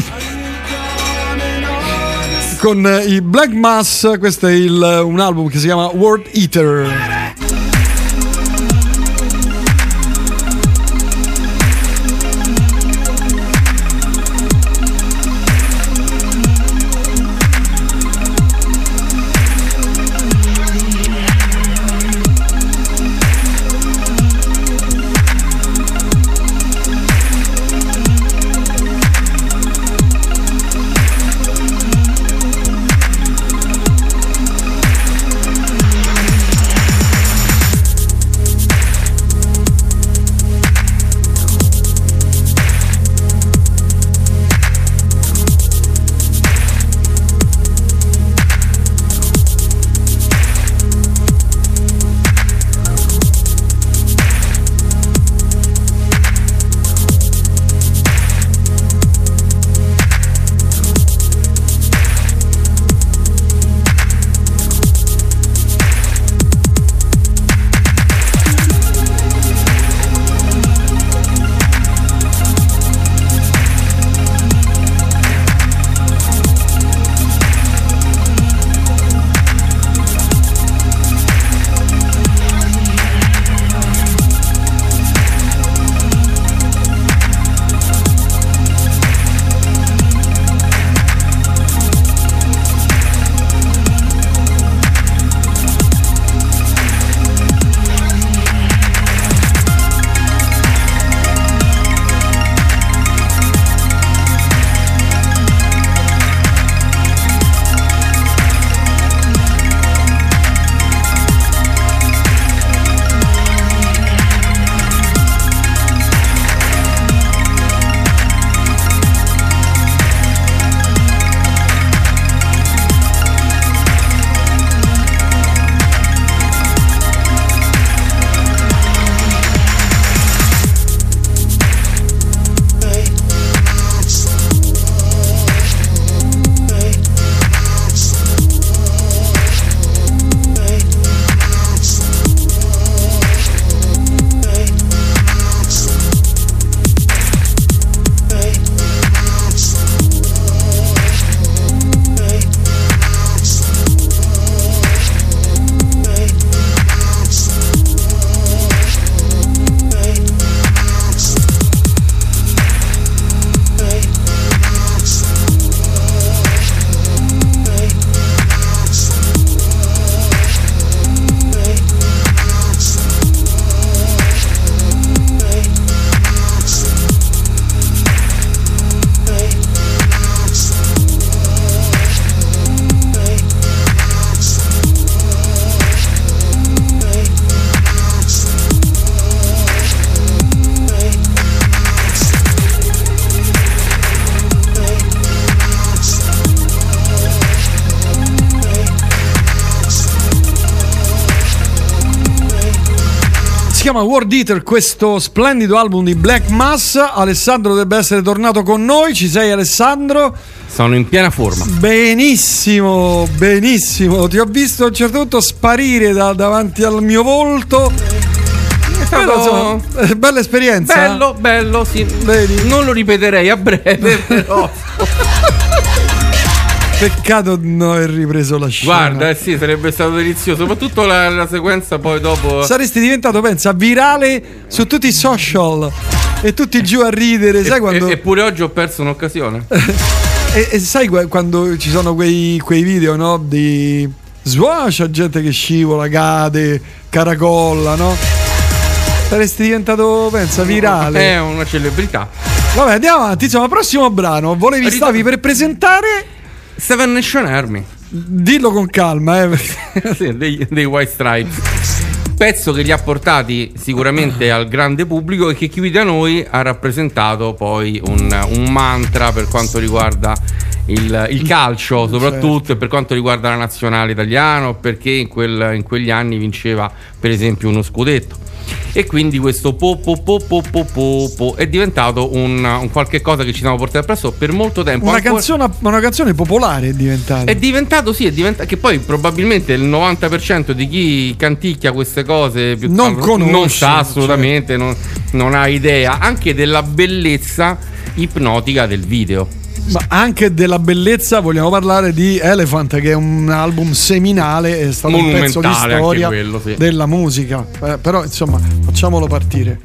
Con i Black Mass, questo è il, un album che si chiama World Eater. chiama World Eater, questo splendido album di Black Mass. Alessandro dovrebbe essere tornato con noi. Ci sei, Alessandro? Sono in piena forma. Benissimo, benissimo. Ti ho visto a un certo punto sparire da, davanti al mio volto. Però, insomma, eh, bella esperienza. Bello, bello, sì. Vedi? Non lo ripeterei a breve, però. Peccato di non aver ripreso la scena. Guarda, eh sì, sarebbe stato delizioso. Soprattutto la, la sequenza poi dopo. Saresti diventato, pensa, virale su tutti i social. E tutti giù a ridere. E, sai quando... e, eppure oggi ho perso un'occasione. e, e sai quando ci sono quei, quei video, no? Di sguascia, gente che scivola, cade, caracolla, no? Saresti diventato, pensa, virale. È una celebrità. Vabbè, andiamo avanti. Insomma, prossimo brano. Volevi, stavi per presentare Seven Nation Army. Dillo con calma, eh. Sì, dei, dei White Stripes. Pezzo che li ha portati sicuramente al grande pubblico e che qui da noi ha rappresentato poi un, un mantra per quanto riguarda il, il calcio soprattutto, certo. E per quanto riguarda la nazionale italiana, perché in, quel, in quegli anni vinceva per esempio uno scudetto. E quindi questo po po po po po po, po è diventato un, un qualche cosa che ci siamo portati appresso per molto tempo. Una, Ancora... canzone, una canzone popolare è diventata. È diventato, sì, è diventato. Che poi probabilmente il novanta per cento di chi canticchia queste cose più non conosce, non sa assolutamente, cioè. non, non ha idea anche della bellezza ipnotica del video. Ma anche della bellezza vogliamo parlare di Elephant, che è un album seminale, è stato un pezzo di storia quello, sì. della musica, eh, però insomma facciamolo partire.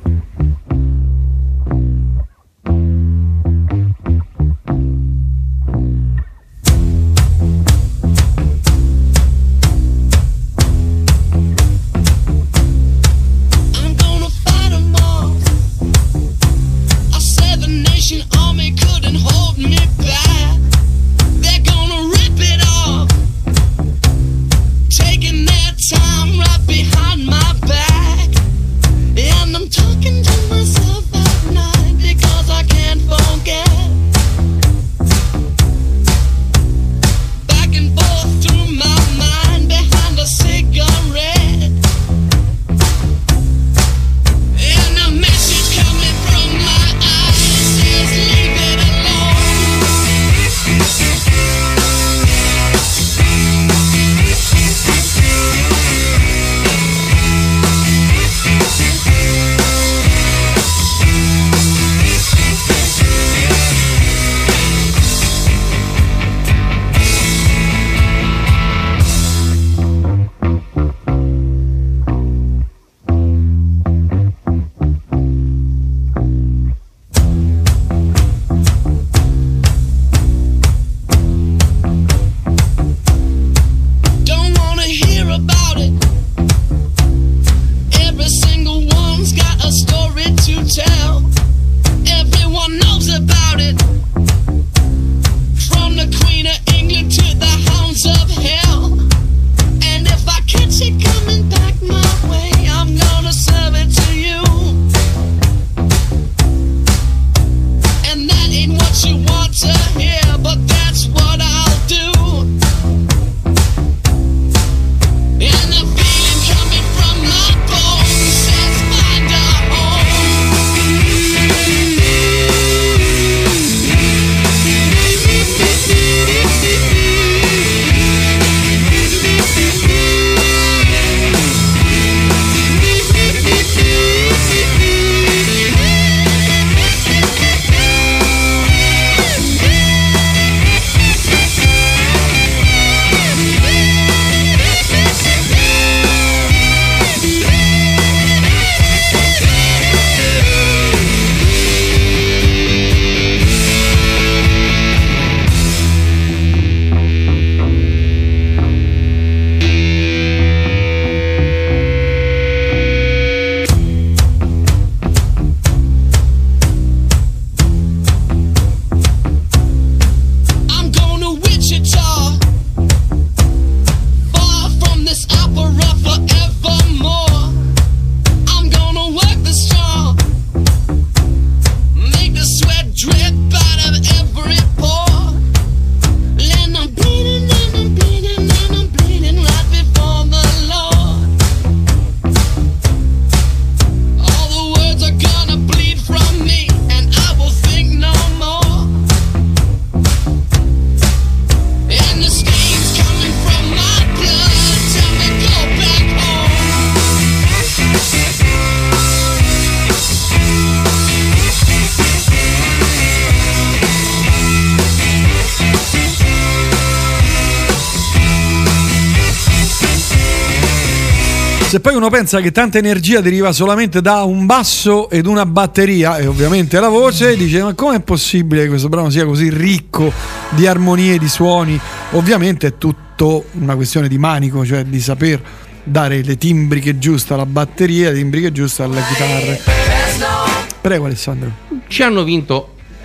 Se poi uno pensa che tanta energia deriva solamente da un basso ed una batteria e ovviamente la voce, dice ma com'è possibile che questo brano sia così ricco di armonie, di suoni? Ovviamente è tutto una questione di manico, cioè di saper dare le timbriche giuste alla batteria, le timbriche giuste alle chitarre. Prego Alessandro. Ci hanno vinto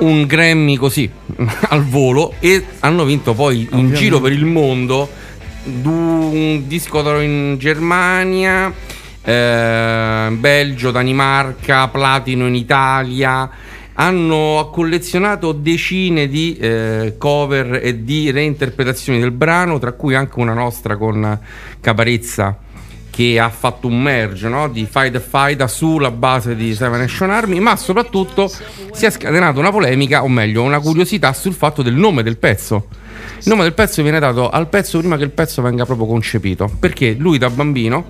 un Grammy così al volo, e hanno vinto poi in Ovviamente. giro per il mondo du- un disco d'oro in Germania, eh, Belgio, Danimarca, platino in Italia. Hanno collezionato decine di eh, cover e di reinterpretazioni del brano, tra cui anche una nostra con Caparezza, che ha fatto un merge, no? Di Fight the Fight sulla base di Seven Nation Army. Ma soprattutto si è scatenata una polemica, o meglio una curiosità, sul fatto del nome del pezzo. Il nome del pezzo viene dato al pezzo prima che il pezzo venga proprio concepito, perché lui da bambino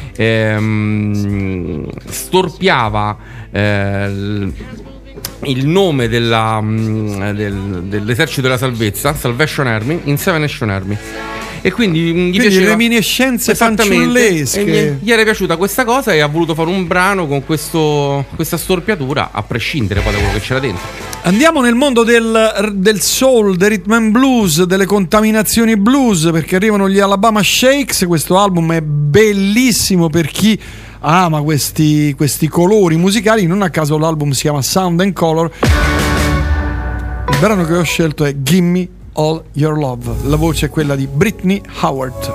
ehm, storpiava eh, l- il nome della, mh, del- dell'esercito della salvezza, Salvation Army, in Seven Nation Army. E quindi gli Quindi piaceva, reminiscenze esattamente, fanciullesche. e gli, gli era piaciuta questa cosa e ha voluto fare un brano con questo, questa storpiatura, a prescindere poi da quello che c'era dentro. Andiamo nel mondo del, del soul, del rhythm and blues, delle contaminazioni blues, perché arrivano gli Alabama Shakes. Questo album è bellissimo per chi ama questi, questi colori musicali. Non a caso l'album si chiama Sound and Color. Il brano che ho scelto è Gimme All Your Love. La voce è quella di Brittany Howard.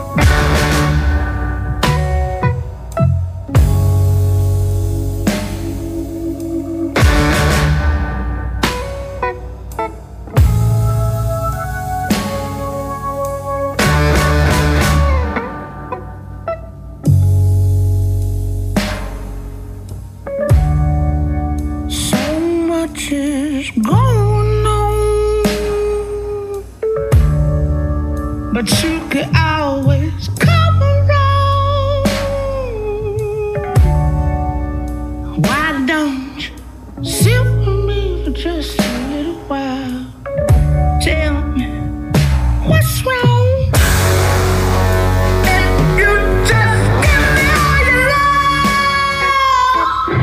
So much is going on, but you could always come around. Why don't you sit with me for just a little while? Tell me what's wrong. And you just give me all your love.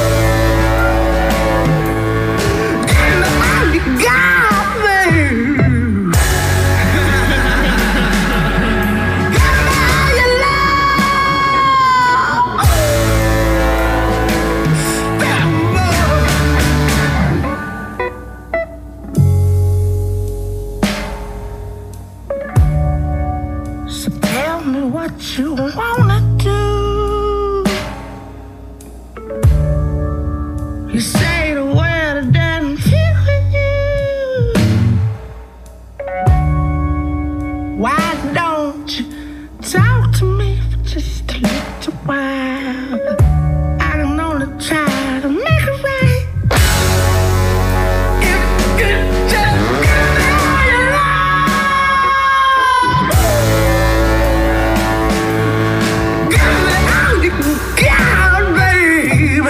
Give me all you got, babe. Give me all your love. That love. So tell me what you wanna do. You say the word that doesn't fit with you. Why don't you talk to me for just a little while? I can only try to make it right. If you just give me all your love, give me all you got, babe.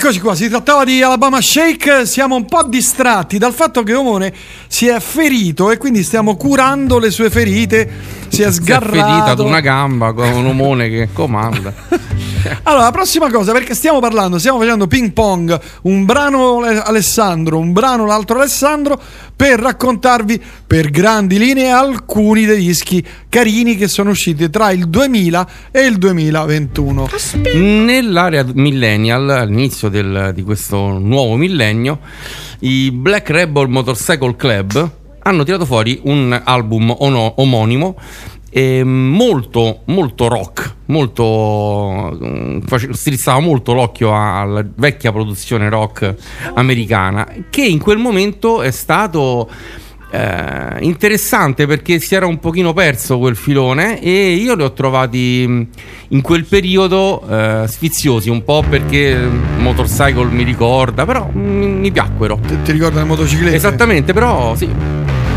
Eccoci qua, si trattava di Alabama Shake. Siamo un po' distratti dal fatto che Omone si è ferito e quindi stiamo curando le sue ferite. Si è sgarrato, si è ferita ad una gamba con un Omone che comanda. Allora, la prossima cosa, perché stiamo parlando, stiamo facendo ping pong, un brano Alessandro, un brano l'altro Alessandro, per raccontarvi per grandi linee alcuni dei dischi carini che sono usciti tra il duemila e il duemilaventuno. Nell'area millennial, all'inizio del, di questo nuovo millennio, i Black Rebel Motorcycle Club hanno tirato fuori un album ono, omonimo eh, molto molto rock, molto face, strizzava molto l'occhio alla vecchia produzione rock americana, che in quel momento è stato eh, interessante perché si era un pochino perso quel filone, e io li ho trovati in quel periodo eh, sfiziosi, un po' perché Motorcycle mi ricorda, però mi, mi piacquero. Ti, ti ricorda le motociclette? Esattamente, però sì.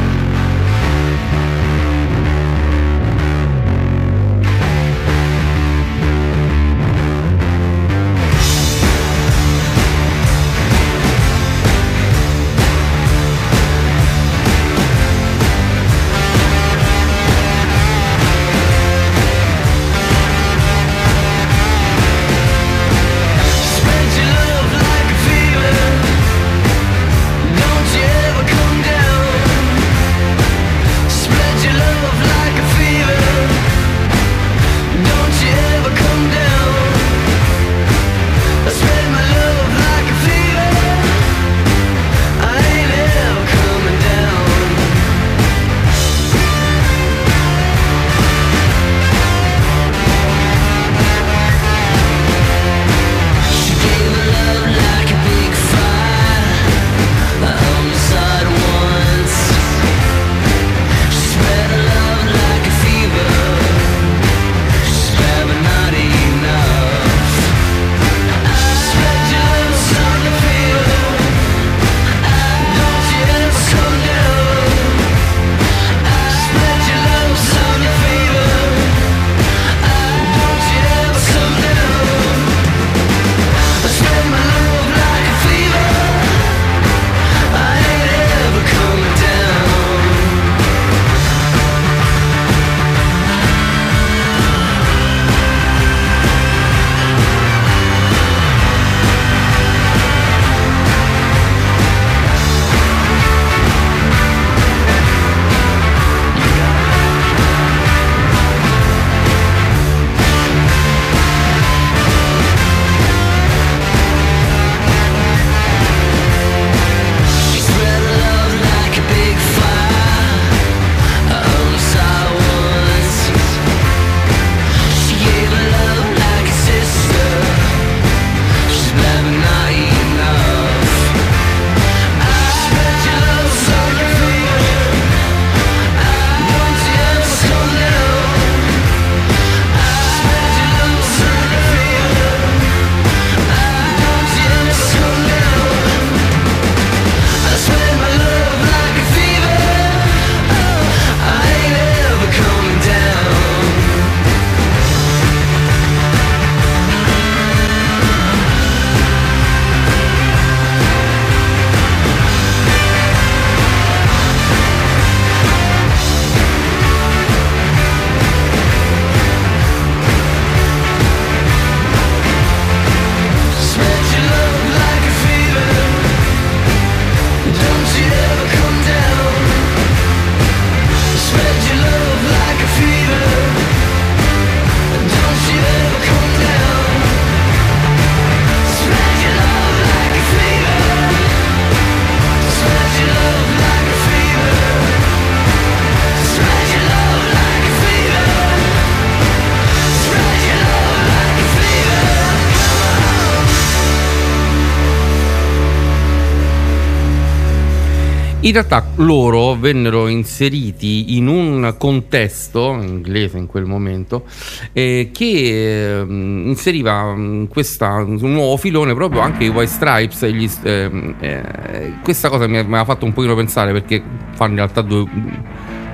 In realtà loro vennero inseriti in un contesto inglese in quel momento eh, che eh, inseriva in questa, un nuovo filone proprio anche i White Stripes e gli, eh, eh, questa cosa mi aveva fatto un pochino pensare, perché fanno in realtà due,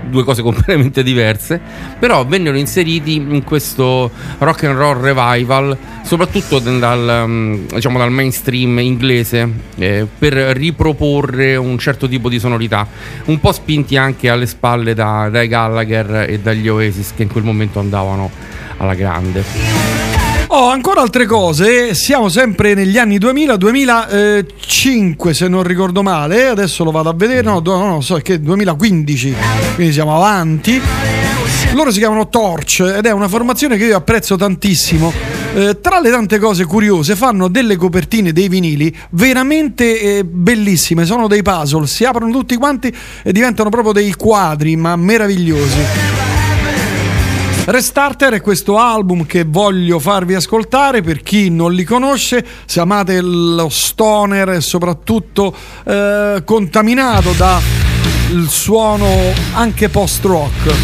due cose completamente diverse, però vennero inseriti in questo rock and roll revival, soprattutto dal, diciamo, dal mainstream inglese, eh, per riproporre un certo tipo di sonorità, un po' spinti anche alle spalle da, dai Gallagher e dagli Oasis, che in quel momento andavano alla grande. Oh, ancora altre cose, siamo sempre negli anni duemila, duemilacinque se non ricordo male, adesso lo vado a vedere, no, no, no so che duemilaquindici, quindi siamo avanti. Loro si chiamano Torch ed è una formazione che io apprezzo tantissimo. Eh, tra le tante cose curiose, fanno delle copertine dei vinili veramente eh, bellissime, sono dei puzzle, si aprono tutti quanti e diventano proprio dei quadri, ma meravigliosi. Restarter è questo album che voglio farvi ascoltare per chi non li conosce, se amate lo stoner e soprattutto eh, contaminato da il suono anche post-rock.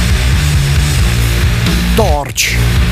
Torch.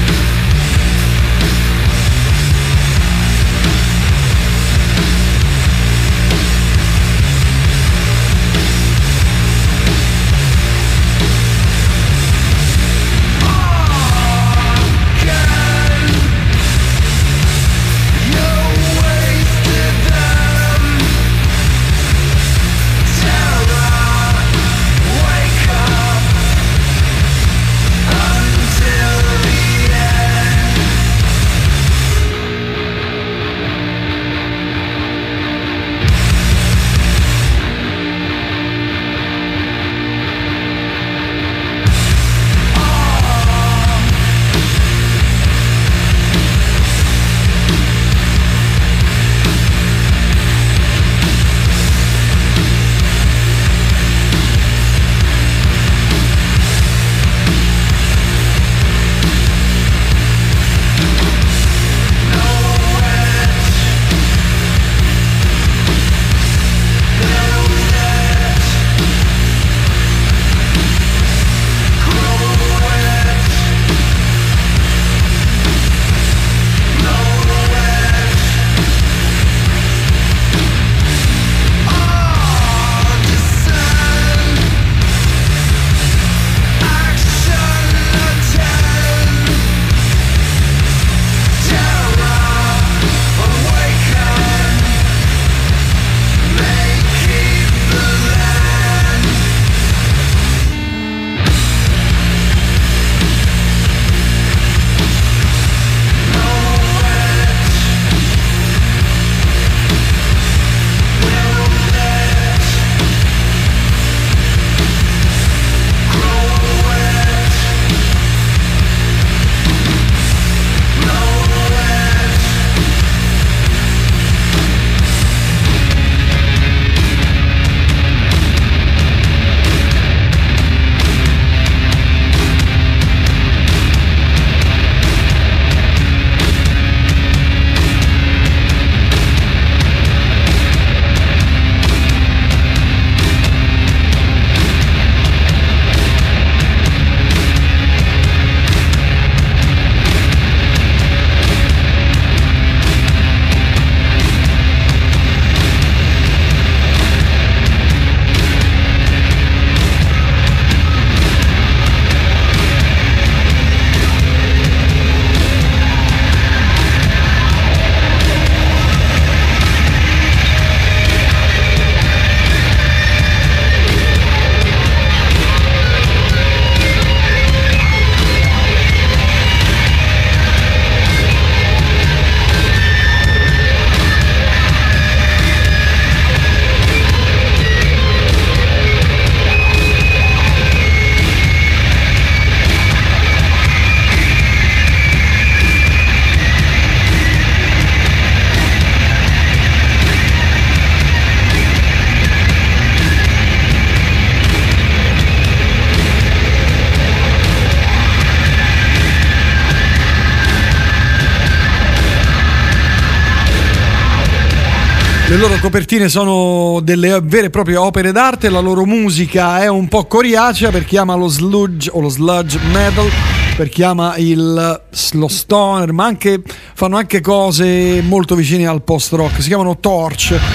Le loro copertine sono delle vere e proprie opere d'arte, la loro musica è un po' coriacea per chi ama lo sludge o lo sludge metal, per chi ama il, lo stoner, ma anche fanno anche cose molto vicine al post rock. Si chiamano Torch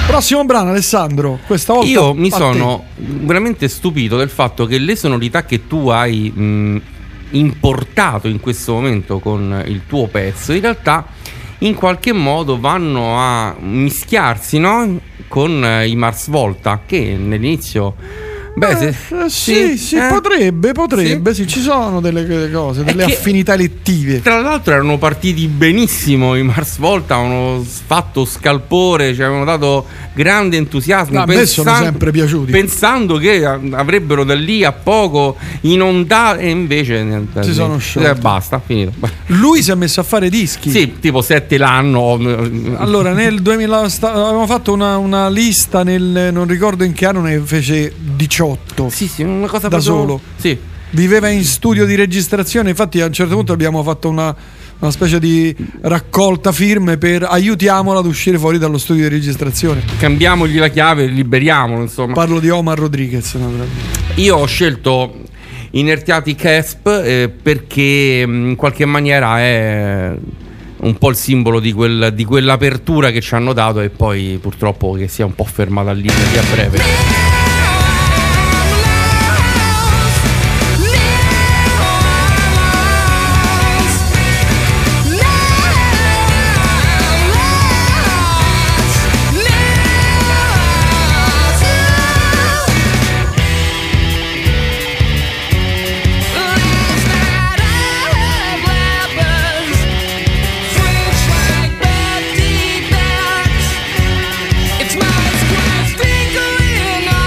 Prossimo brano, Alessandro. Questa volta Io mi a sono veramente stupito del fatto che le sonorità che tu hai mh, importato in questo momento con il tuo pezzo in realtà in qualche modo vanno a mischiarsi, no? Con eh, i Mars Volta, che nell'inizio beh, te. se- Eh, sì, sì, eh? potrebbe, potrebbe, sì. Sì. ci sono delle cose, delle che- affinità elettive. Tra l'altro erano partiti benissimo i Mars Volta, avevano fatto scalpore, ci avevano dato grande entusiasmo. A me sono sempre piaciuti. Pensando che a- avrebbero da lì a poco inondato, e invece niente, Si sì. sono sciolti. Eh, basta, finito. Lui si è messo a fare dischi. Sì, tipo sette l'anno. Allora, nel duemila sta- avevamo fatto una, una lista nel non ricordo in che anno, ne fece diciotto. Sì, sì, una cosa Da proprio- solo. Sì. Viveva in studio di registrazione, infatti a un certo punto abbiamo fatto una, una specie di raccolta firme per aiutiamola ad uscire fuori dallo studio di registrazione. Cambiamogli la chiave, liberiamolo, insomma. Parlo di Omar Rodriguez, naturalmente. Io ho scelto Inertiati Casp eh, perché mh, in qualche maniera è un po' il simbolo di, quel, di quell'apertura che ci hanno dato e poi purtroppo che sia un po' fermata lì a breve. It's my squad twinkling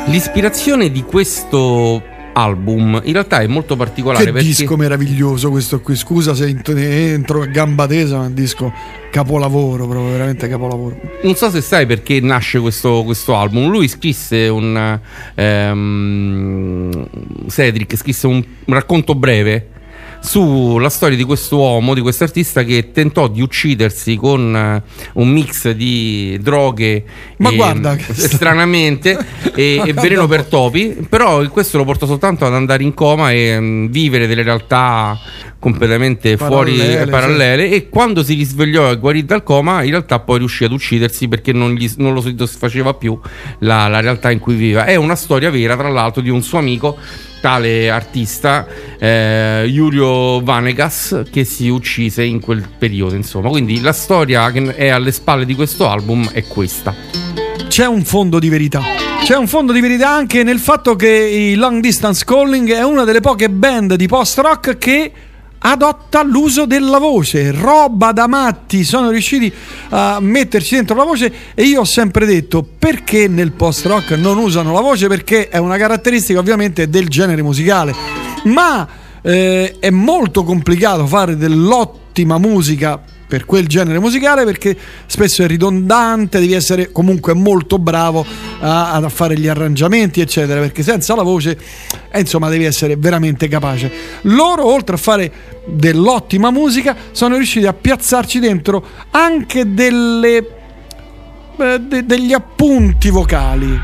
L'ispirazione di questo album in realtà è molto particolare. Che perché... disco meraviglioso questo qui, scusa se ent- entro a gamba tesa, ma è un disco capolavoro, proprio veramente capolavoro. Non so se sai perché nasce questo, questo album. Lui scrisse un ehm, Cedric scrisse un, un racconto breve sulla storia di questo uomo, di questo artista che tentò di uccidersi con uh, un mix di droghe, ma e, guarda che stranamente e, e veleno per topi, però questo lo portò soltanto ad andare in coma e um, vivere delle realtà completamente Parallele, fuori eh, parallele, e quando si risvegliò e guarì dal coma in realtà poi riuscì ad uccidersi perché non, gli, non lo soddisfaceva più la, la realtà in cui viveva. È una storia vera, tra l'altro, di un suo amico, tale artista eh, Julio Vanegas, che si uccise in quel periodo, insomma. Quindi la storia che è alle spalle di questo album è questa. C'è un fondo di verità. C'è un fondo di verità anche nel fatto che i Long Distance Calling è una delle poche band di post-rock che adotta l'uso della voce, roba da matti, sono riusciti a metterci dentro la voce. E io ho sempre detto: perché nel post-rock non usano la voce? Perché è una caratteristica ovviamente del genere musicale, ma eh, è molto complicato fare dell'ottima musica per quel genere musicale, perché spesso è ridondante, devi essere comunque molto bravo a, a fare gli arrangiamenti eccetera, perché senza la voce eh, insomma devi essere veramente capace. Loro, oltre a fare dell'ottima musica, sono riusciti a piazzarci dentro anche delle eh, de, degli appunti vocali.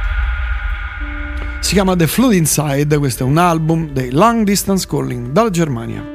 Si chiama The Flood Inside, questo è un album dei Long Distance Calling dalla Germania.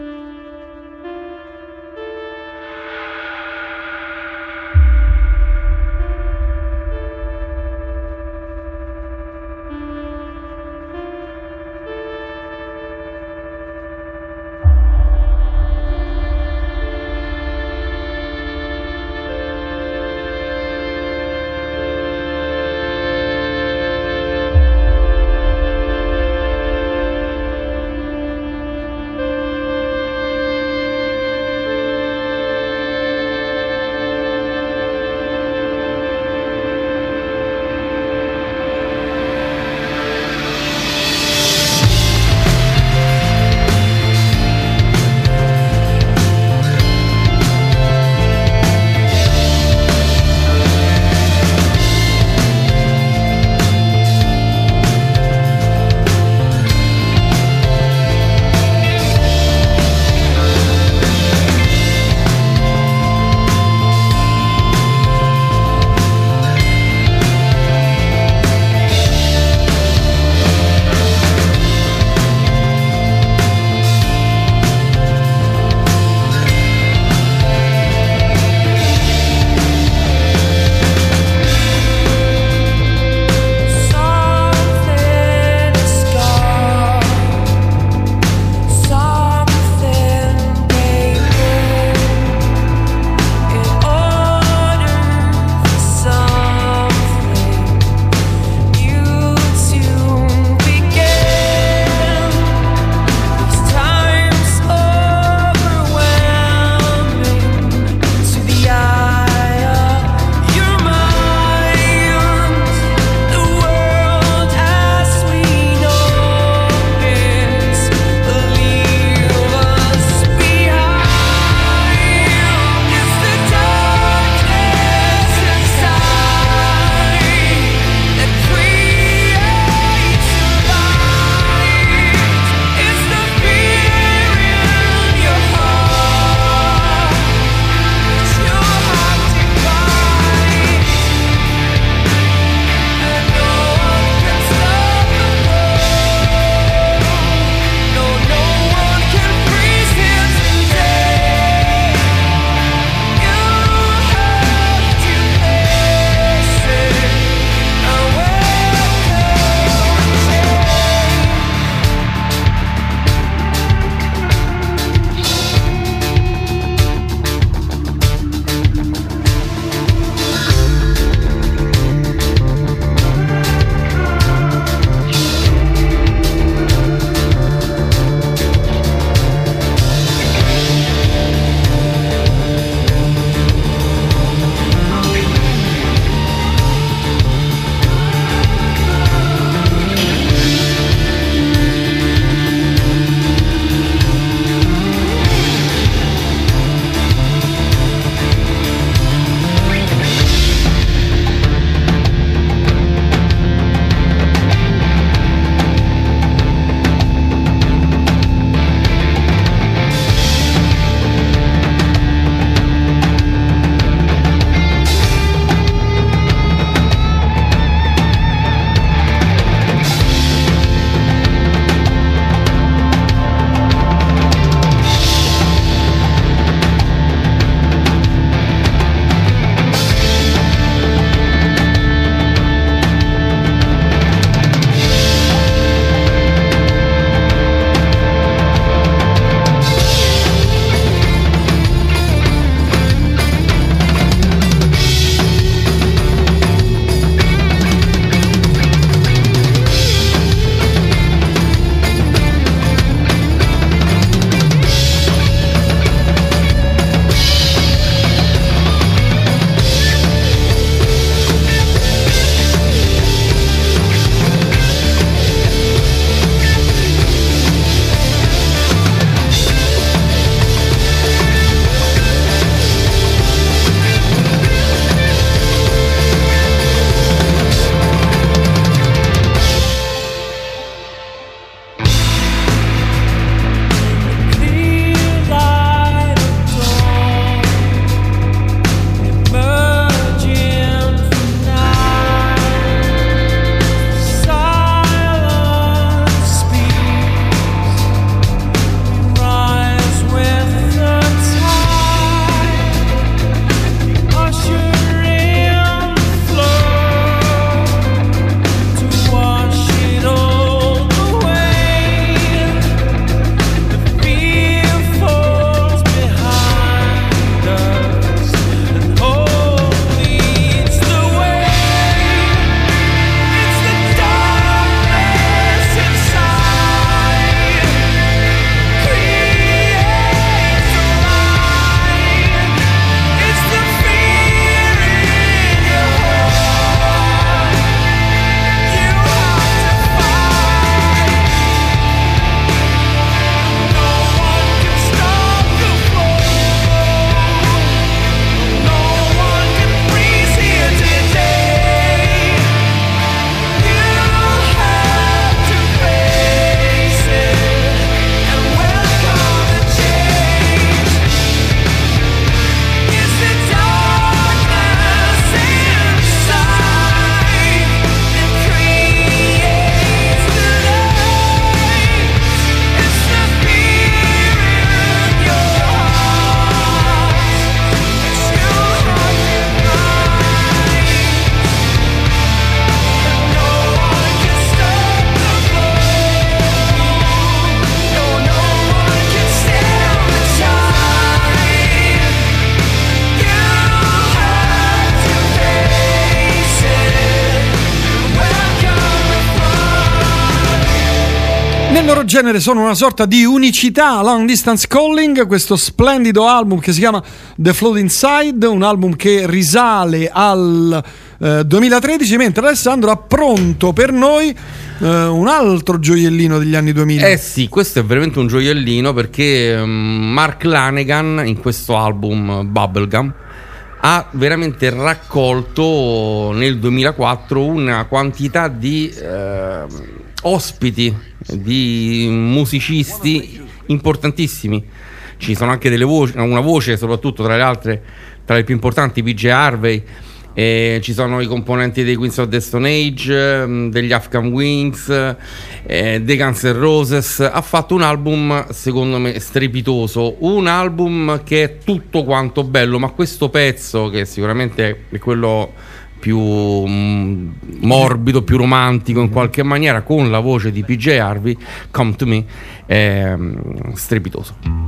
Nel loro genere sono una sorta di unicità. Long Distance Calling, questo splendido album che si chiama The Floating Side, un album che risale al eh, duemilatredici, mentre Alessandro ha pronto per noi eh, un altro gioiellino degli anni duemila. Eh sì, questo è veramente un gioiellino, perché um, Mark Lanegan in questo album Bubblegum ha veramente raccolto nel duemilaquattro una quantità di eh, ospiti, di musicisti importantissimi. Ci sono anche delle voci, una voce soprattutto tra le altre, tra le più importanti, P J Harvey, eh, ci sono i componenti dei Queens of the Stone Age, eh, degli Afghan Wings, eh, dei Guns N' Roses. Ha fatto un album secondo me strepitoso, un album che è tutto quanto bello, ma questo pezzo, che sicuramente è quello più mm, morbido, più romantico in qualche maniera, con la voce di P J Harvey, Come to Me, è mm, strepitoso.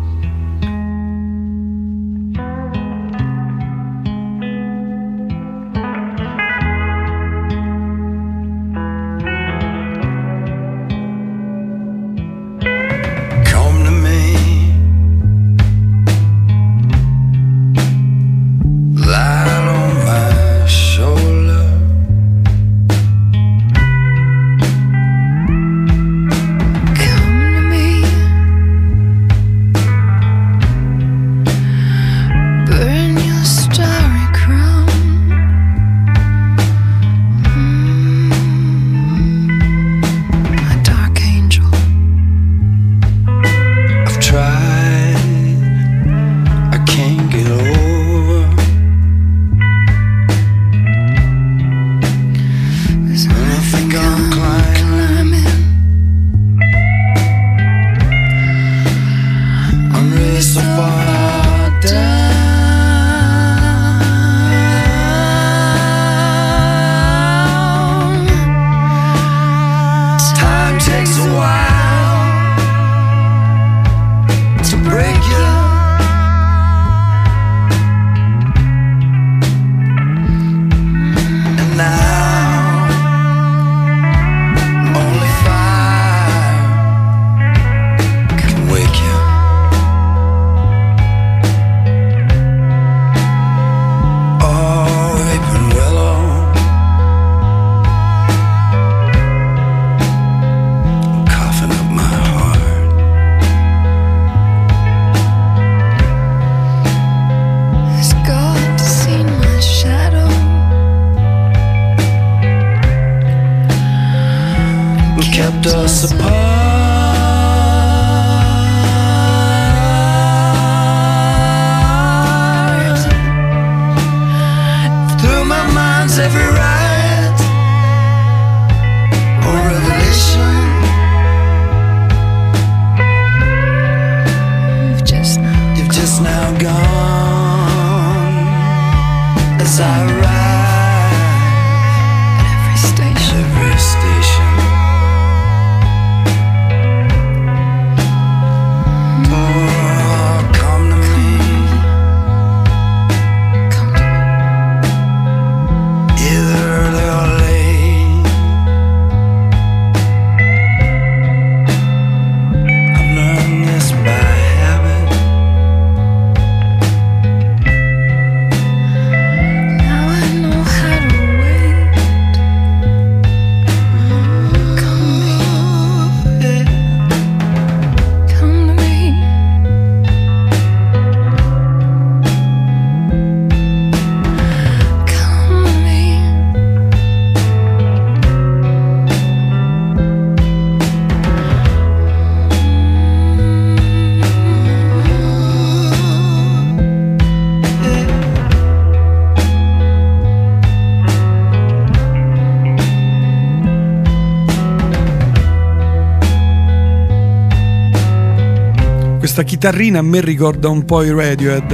Questa chitarrina a me ricorda un po' i Radiohead.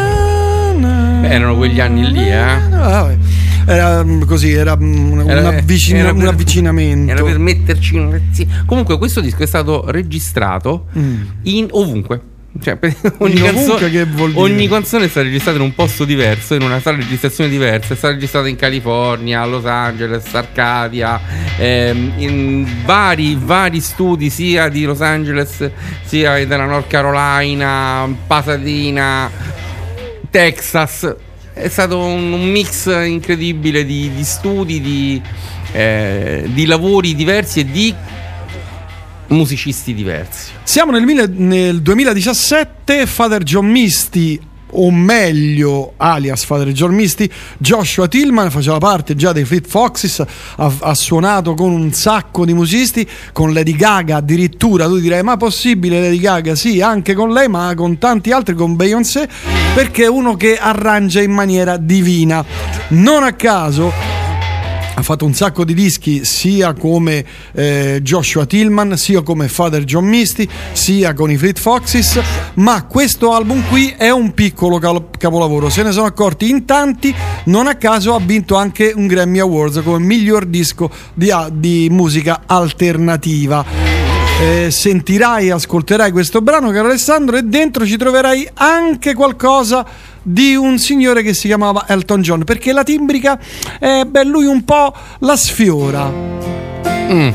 Na, na, Beh, erano quegli anni lì, eh? No, era così, era un, Era- un avvicina- era un per- avvicinamento. Era per metterci un pezzi- Comunque questo disco è stato registrato Mm. in ovunque. Cioè, per- ogni, In canzone, ovunque, che vuol dire? ogni canzone è stata registrata in un posto diverso, in una sala di registrazione diversa. È stata registrata in California, a Los Angeles, Arcadia, ehm, in vari, vari studi sia di Los Angeles sia della North Carolina, Pasadena, Texas. È stato un, un mix incredibile di, di studi, di, eh, di lavori diversi e di musicisti diversi. Siamo nel, mille- nel duemiladiciassette. Father John Misty, o meglio alias Father John Misty, Joshua Tillman, faceva parte già dei Fleet Foxes, ha, ha suonato con un sacco di musicisti, con Lady Gaga addirittura. Tu direi, ma possibile Lady Gaga? Sì, anche con lei, ma con tanti altri, con Beyoncé, perché è uno che arrangia in maniera divina. Non a caso ha fatto un sacco di dischi sia come eh, Joshua Tillman, sia come Father John Misty, sia con i Fleet Foxes, ma questo album qui è un piccolo cal- capolavoro. Se ne sono accorti in tanti. Non a caso ha vinto anche un Grammy Awards come miglior disco di, di musica alternativa. Eh, sentirai, ascolterai questo brano, caro Alessandro, e dentro ci troverai anche qualcosa di un signore che si chiamava Elton John, perché la timbrica, eh, beh, lui un po' la sfiora. Mm.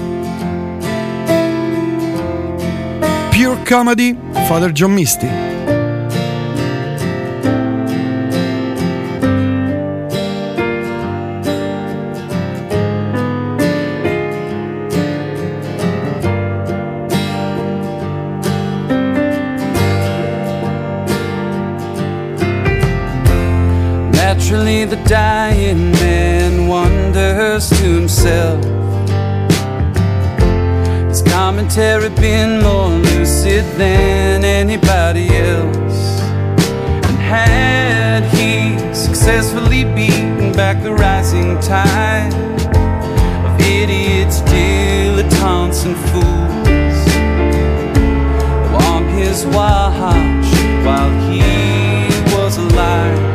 Pure Comedy, Father John Misty. Naturally, the dying man wonders to himself, has commentary been more lucid than anybody else? And had he successfully beaten back the rising tide of idiots, dilettantes and fools on his watch while he was alive?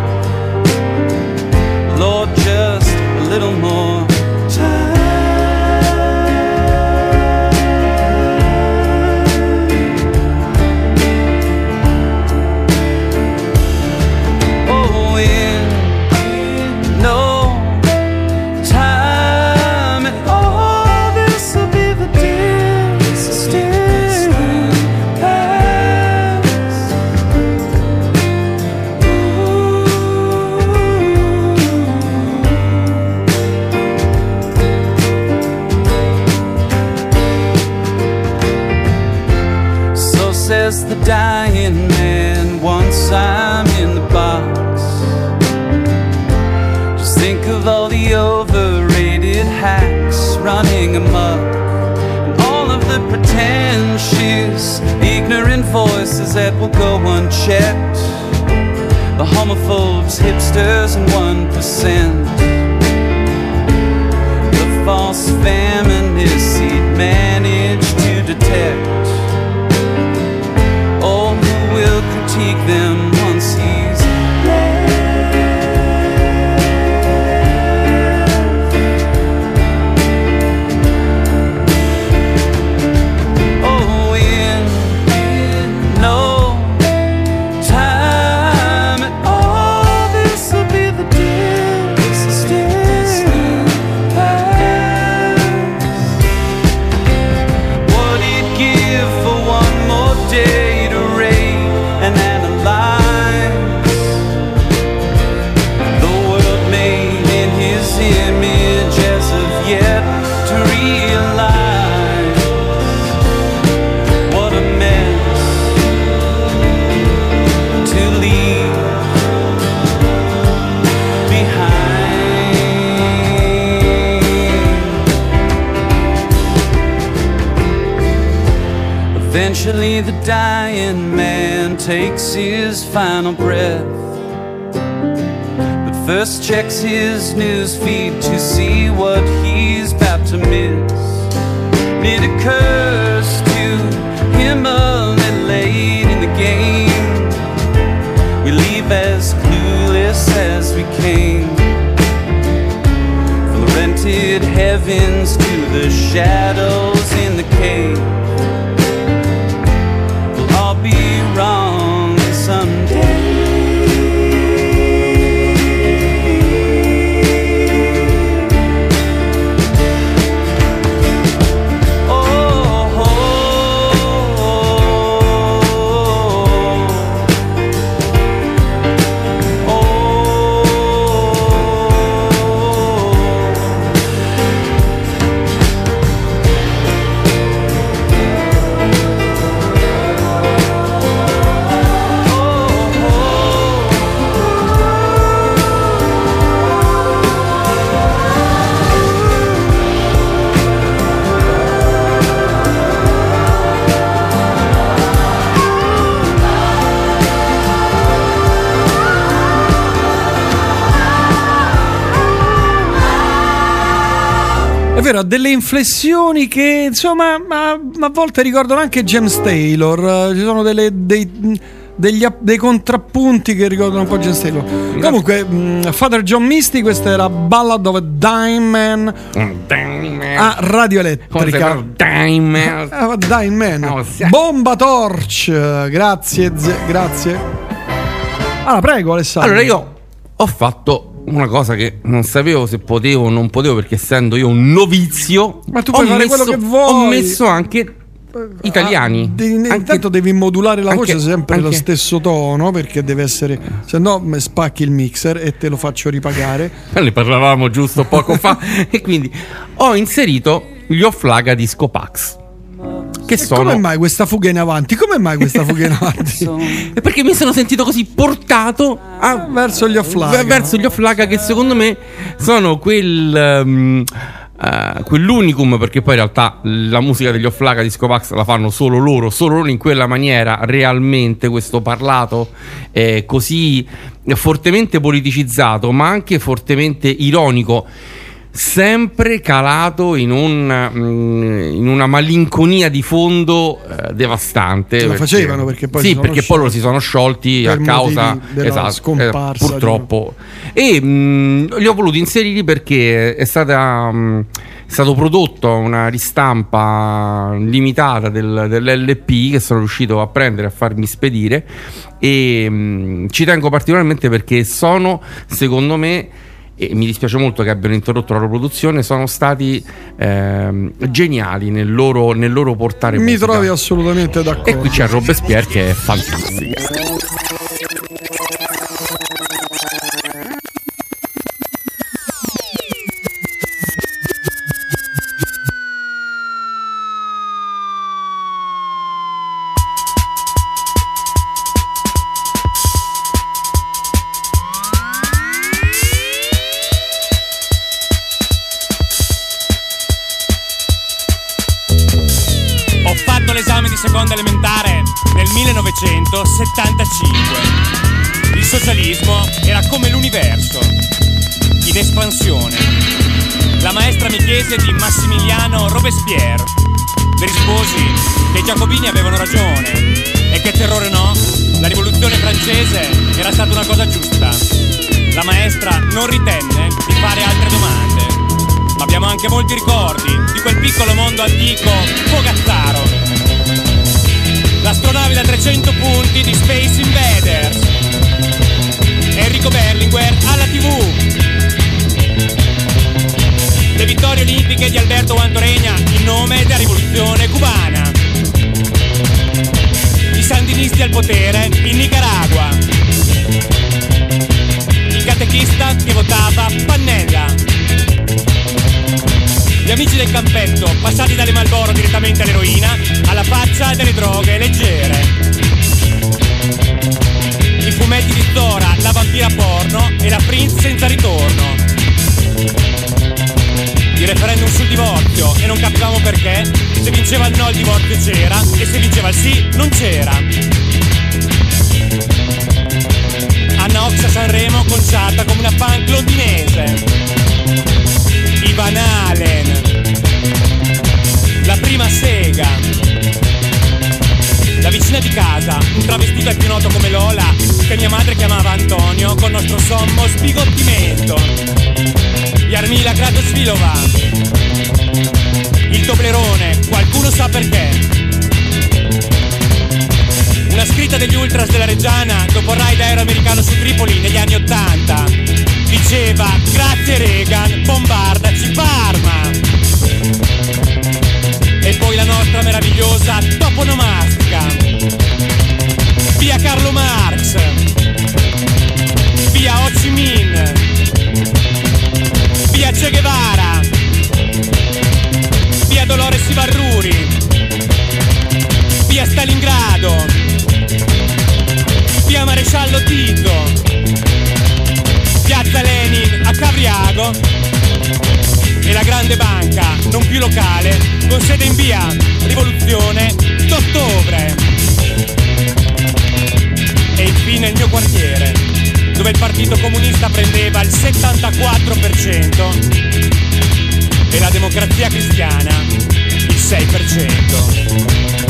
Lord, just a little more time. Oh, in no time at all, this will be the distant past. So says the dying man once I'm in the box. Just think of all the overrated hacks running amok, and all of the pretentious, ignorant voices that will go unchecked. The homophobes, hipsters, and one percent. The false feminists he'd managed to detect. Oh, who will critique them once he's left? Oh, in, in no time at all, this will be the distant past. What he'd give for one more day to rate and analyze the world made in his image, as of yet to realize what a mess to leave behind. Eventually the dying man takes his final breath, but first checks his news feed to see what he's about to miss. It occurs to him a little late in the game. We leave as clueless as we came, from the rented heavens to the shadows in the cave. We'll all be wrong È vero, ha delle inflessioni che insomma a, a volte ricordano anche James Taylor. Ci sono delle, dei, degli, dei contrappunti che ricordano un po' James Taylor. Comunque, mh, Father John Misty, questa era Ballad of a Dying Man a Radio Elettrica. Dying Man. Ah, Dying Man. Oh, sì. Bomba Torch. Grazie, ze- grazie. Allora, prego, Alessandro. Allora, io ho fatto una cosa che non sapevo se potevo o non potevo, perché essendo io un novizio, Ma tu ho puoi fare messo, quello che vuoi. ho messo anche italiani. Ah, devi- Anche- intanto devi modulare la anche- voce sempre anche- lo stesso tono, perché deve essere, se no me spacchi il mixer e te lo faccio ripagare. Ne parlavamo giusto poco fa. E quindi ho inserito gli Offlaga Disco Pax, che E sono come mai questa fuga in avanti? Come mai questa fuga in avanti? E perché mi sono sentito così portato a- Verso gli Offlaga. verso gli Offlaga, che secondo me sono quel um, uh, quell'unicum, perché poi in realtà la musica degli Offlaga Disco Pax la fanno solo loro, solo loro in quella maniera, realmente questo parlato è così fortemente politicizzato, ma anche fortemente ironico, sempre calato in, un, mm, in una malinconia di fondo eh, devastante. Ce la perché- facevano, perché poi sì, si sono perché poi loro si sono sciolti per a causa motivi della esatto, scomparsa eh, purtroppo. E mh, li ho voluti inserire perché è stata mh, è stato prodotto una ristampa limitata del, dell'L P che sono riuscito a prendere, a farmi spedire, e mh, ci tengo particolarmente perché sono, secondo me, e mi dispiace molto che abbiano interrotto la loro produzione, sono stati ehm, geniali nel loro, nel loro portare Mi musica. trovi assolutamente d'accordo. E qui c'è Robespierre che è fantastica. Ho fatto l'esame di seconda elementare nel millenovecentosettantacinque. Il socialismo era come l'universo, in espansione. La maestra mi chiese di Massimiliano Robespierre. Le risposi che i giacobini avevano ragione e che terrore no, la rivoluzione francese era stata una cosa giusta. La maestra non ritenne di fare altre domande. Ma abbiamo anche molti ricordi di quel piccolo mondo antico fogazzaro. L'astronave da trecento punti di Space Invaders. Enrico Berlinguer alla tivù. Le vittorie olimpiche di Alberto Guantoregna in nome della rivoluzione cubana. I sandinisti al potere in Nicaragua. Il catechista che votava Pannella. Gli amici del campetto, passati dalle Marlboro direttamente all'eroina, alla faccia delle droghe leggere. I fumetti di Zora, la vampira porno e la Prince senza ritorno. Il referendum sul divorzio e non capivamo perché. Se vinceva il no il divorzio c'era e se vinceva il sì non c'era. Anna Ox a Sanremo conciata come una punk londinese. Van Halen, la prima sega, la vicina di casa, un travestito al più noto come Lola, che mia madre chiamava Antonio col nostro sommo sbigottimento. Jarmila Kratosvilova, il Toblerone, qualcuno sa perché. Una scritta degli ultras della Reggiana dopo il raid aereo americano su Tripoli negli anni ottanta. Diceva, grazie Reagan, bombardaci Parma. E poi la nostra meravigliosa toponomastica. Via Carlo Marx, via Ho Chi Minh, via Che Guevara, via Dolores Ivarruri, via Stalingrado, via Maresciallo Tito, Piazza Lenin a Cavriago e la grande banca, non più locale, con sede in via Rivoluzione d'Ottobre. E infine il mio quartiere, dove il Partito Comunista prendeva il settantaquattro per cento e la Democrazia Cristiana il sei per cento.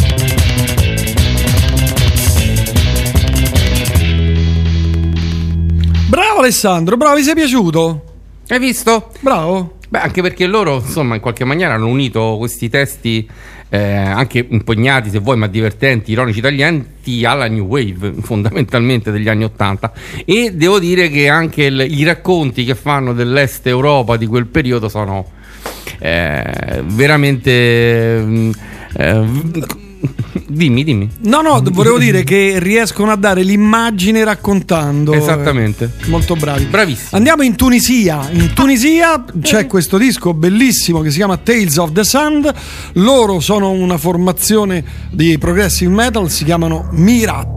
Bravo Alessandro, bravo, vi sei piaciuto? Hai visto? Bravo. Beh, anche perché loro, insomma, in qualche maniera hanno unito questi testi eh, anche impegnati, se vuoi, ma divertenti, ironici, taglienti, alla New Wave, fondamentalmente degli anni Ottanta. E devo dire che anche il, i racconti che fanno dell'Est Europa di quel periodo sono eh, veramente... Eh, dimmi, dimmi. No, no, volevo dire che riescono a dare l'immagine raccontando. Esattamente. Eh, molto bravi. Bravissimi. Andiamo in Tunisia. In Tunisia c'è questo disco bellissimo che si chiama Tales of the Sand. Loro sono una formazione di progressive metal, si chiamano Mirat.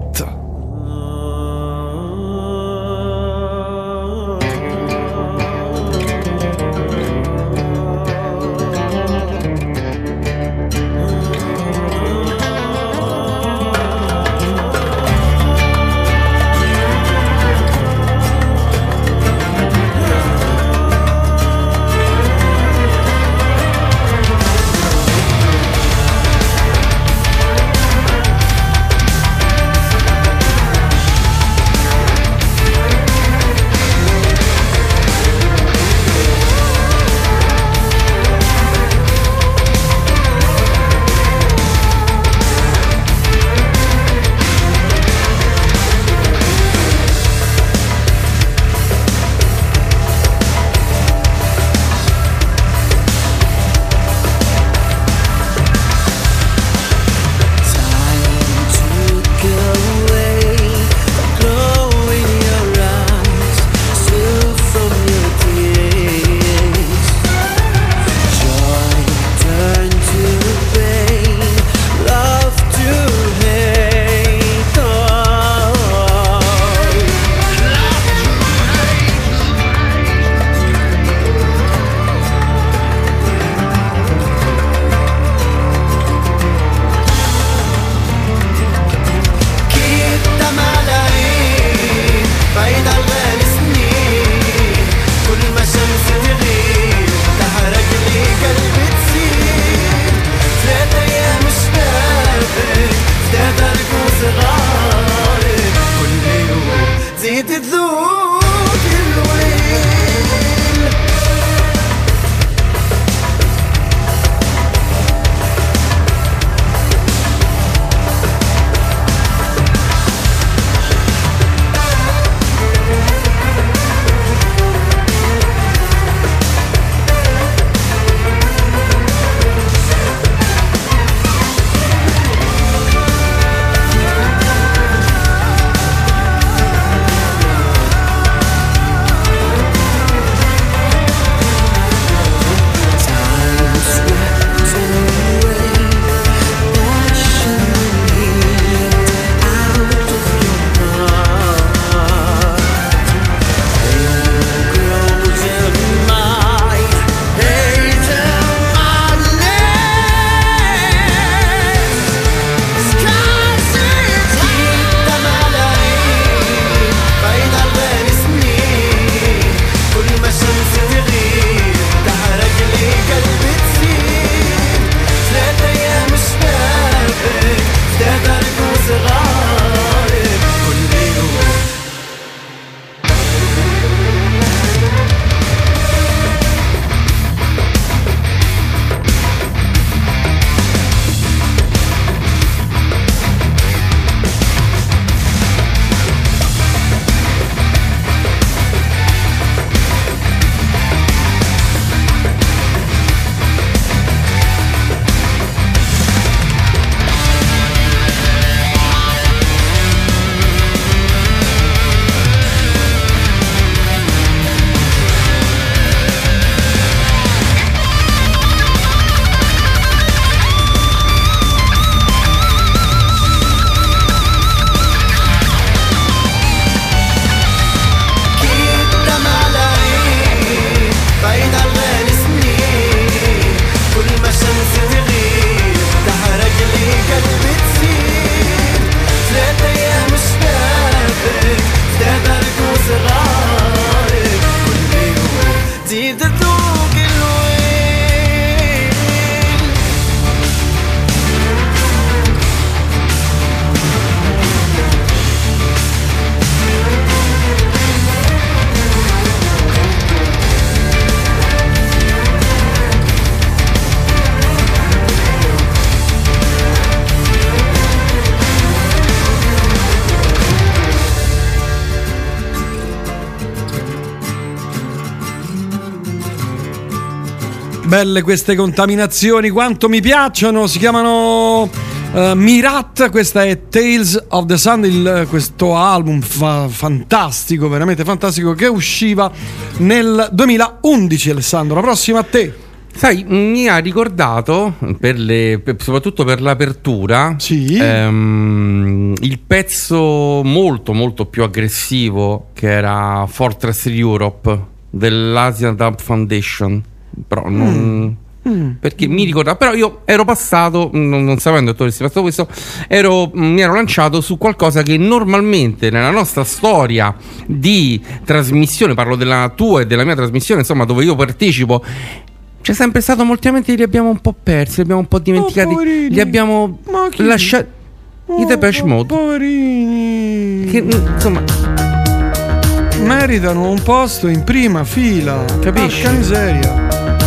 Belle queste contaminazioni, quanto mi piacciono. Si chiamano uh, Mirat. Questa è Tales of the Sun, il, questo album fa- fantastico, veramente fantastico, che usciva nel duemilaundici. Alessandro, la prossima a te. Sai, mi ha ricordato, per le, per- soprattutto per l'apertura, Sì. ehm, il pezzo molto molto più aggressivo che era Fortress Europe dell'Asian Dub Foundation. Però non... Mm. Perché mi ricorda, però io ero passato, non, non sapendo che avessi fatto questo, ero, mi ero lanciato su qualcosa che normalmente nella nostra storia di trasmissione, parlo della tua e della mia trasmissione, insomma, dove io partecipo, c'è sempre stato, molti momenti li abbiamo un po' persi, li abbiamo un po' dimenticati, Oh, poverini. li abbiamo Ma chi? lasciati. I Depeche Mode, Poverini. che insomma, meritano un posto in prima fila. Capisci? Porca miseria.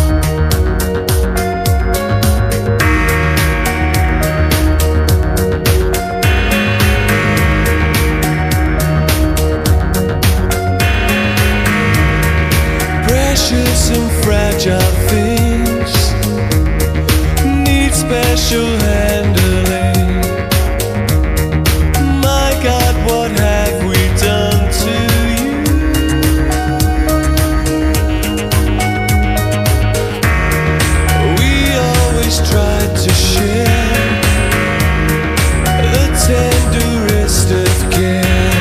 Precious and fragile things need special handling. My God, what have we done to you? We always tried to share the tenderest of care.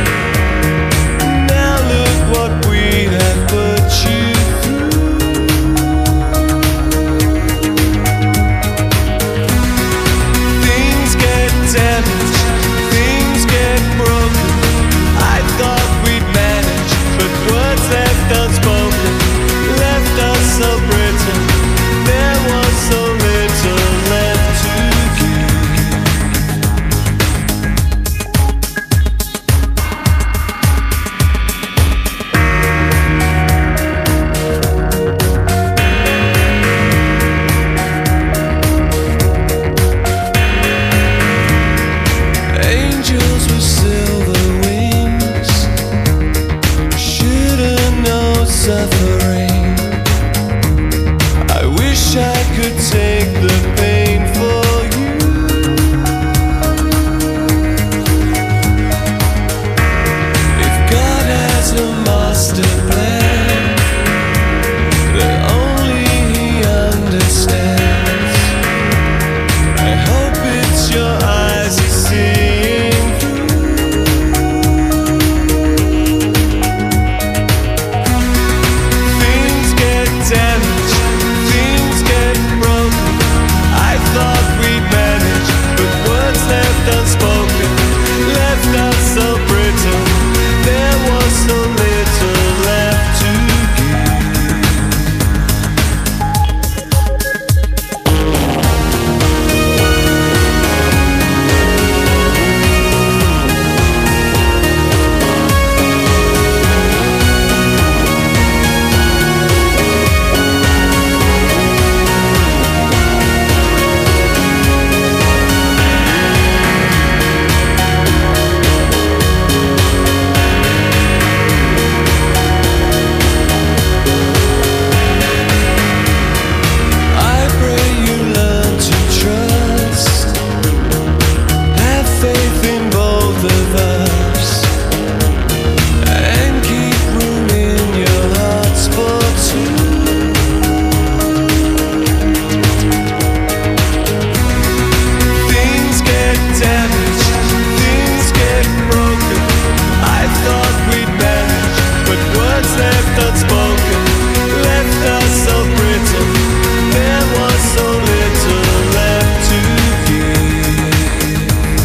Now look what we have put you through. Things get damaged, things get broken. I thought we'd manage, but words left unspoken left us so brittle. There was so little left to give. Angels with silver wings shouldn't know suffering. I wish I could take the pain for you. If God has a master plan that only He understands, I hope it's your eyes are seeing through. Things get damaged, things get broken. I thought we'd manage, but words left unspoken left us so brittle. There was so little left to give. I pray you learn to trust, have faith in both of us, and keep room in your hearts for two. Things get damaged, things get broken. I thought we'd manage, but words left unspoken left us so brittle. There was so little left to give.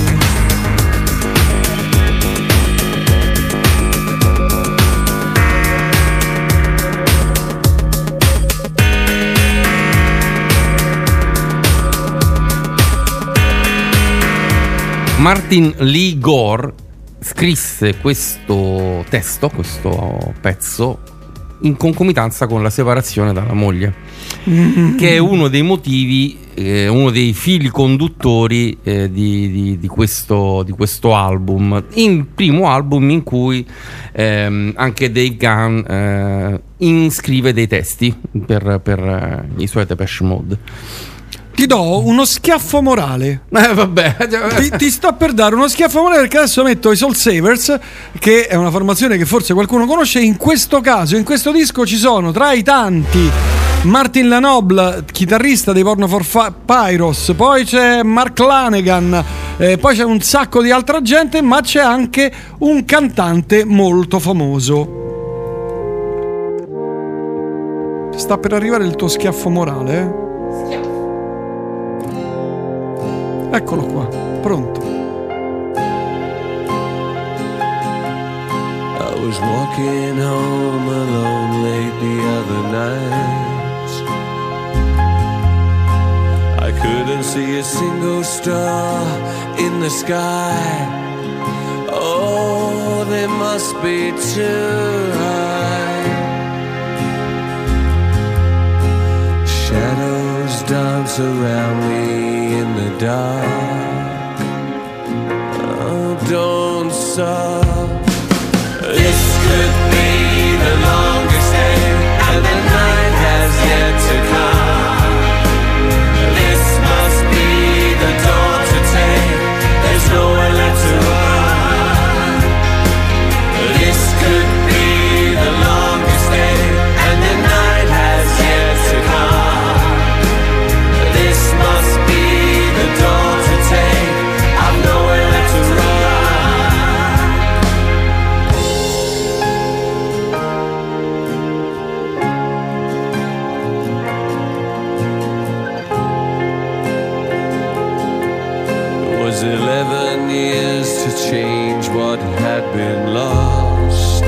Martin Lee Gore scrisse questo testo, questo pezzo, in concomitanza con la separazione dalla moglie, mm-hmm. che è uno dei motivi, eh, uno dei fili conduttori eh, di, di, di, questo, di questo album, il primo album in cui ehm, anche Dave Gunn eh, inscrive dei testi per, per eh, i suoi Depeche Mode. Ti do uno schiaffo morale. Eh, vabbè. Ti, ti sto per dare uno schiaffo morale, perché adesso metto i Soul Savers, che è una formazione che forse qualcuno conosce. In questo caso, in questo disco ci sono tra i tanti Martin Lanoble, chitarrista dei Porno for Fa- Pyros, poi c'è Mark Lanegan, eh, poi c'è un sacco di altra gente, ma c'è anche un cantante molto famoso. Sta per arrivare il tuo schiaffo morale, eh? Eccolo qua, pronto. I was walking home alone late the other night. I couldn't see a single star in the sky. Oh, they must be too high. Shadows dance around me in the dark. Oh, don't stop. This could be the longest day, and the night has yet to come. This must be the dawn to take. There's nowhere left to run. This could be the longest day, and the night has yet to come. This must be the dawn to take. I've nowhere left to run. It was eleven years to change what had been lost.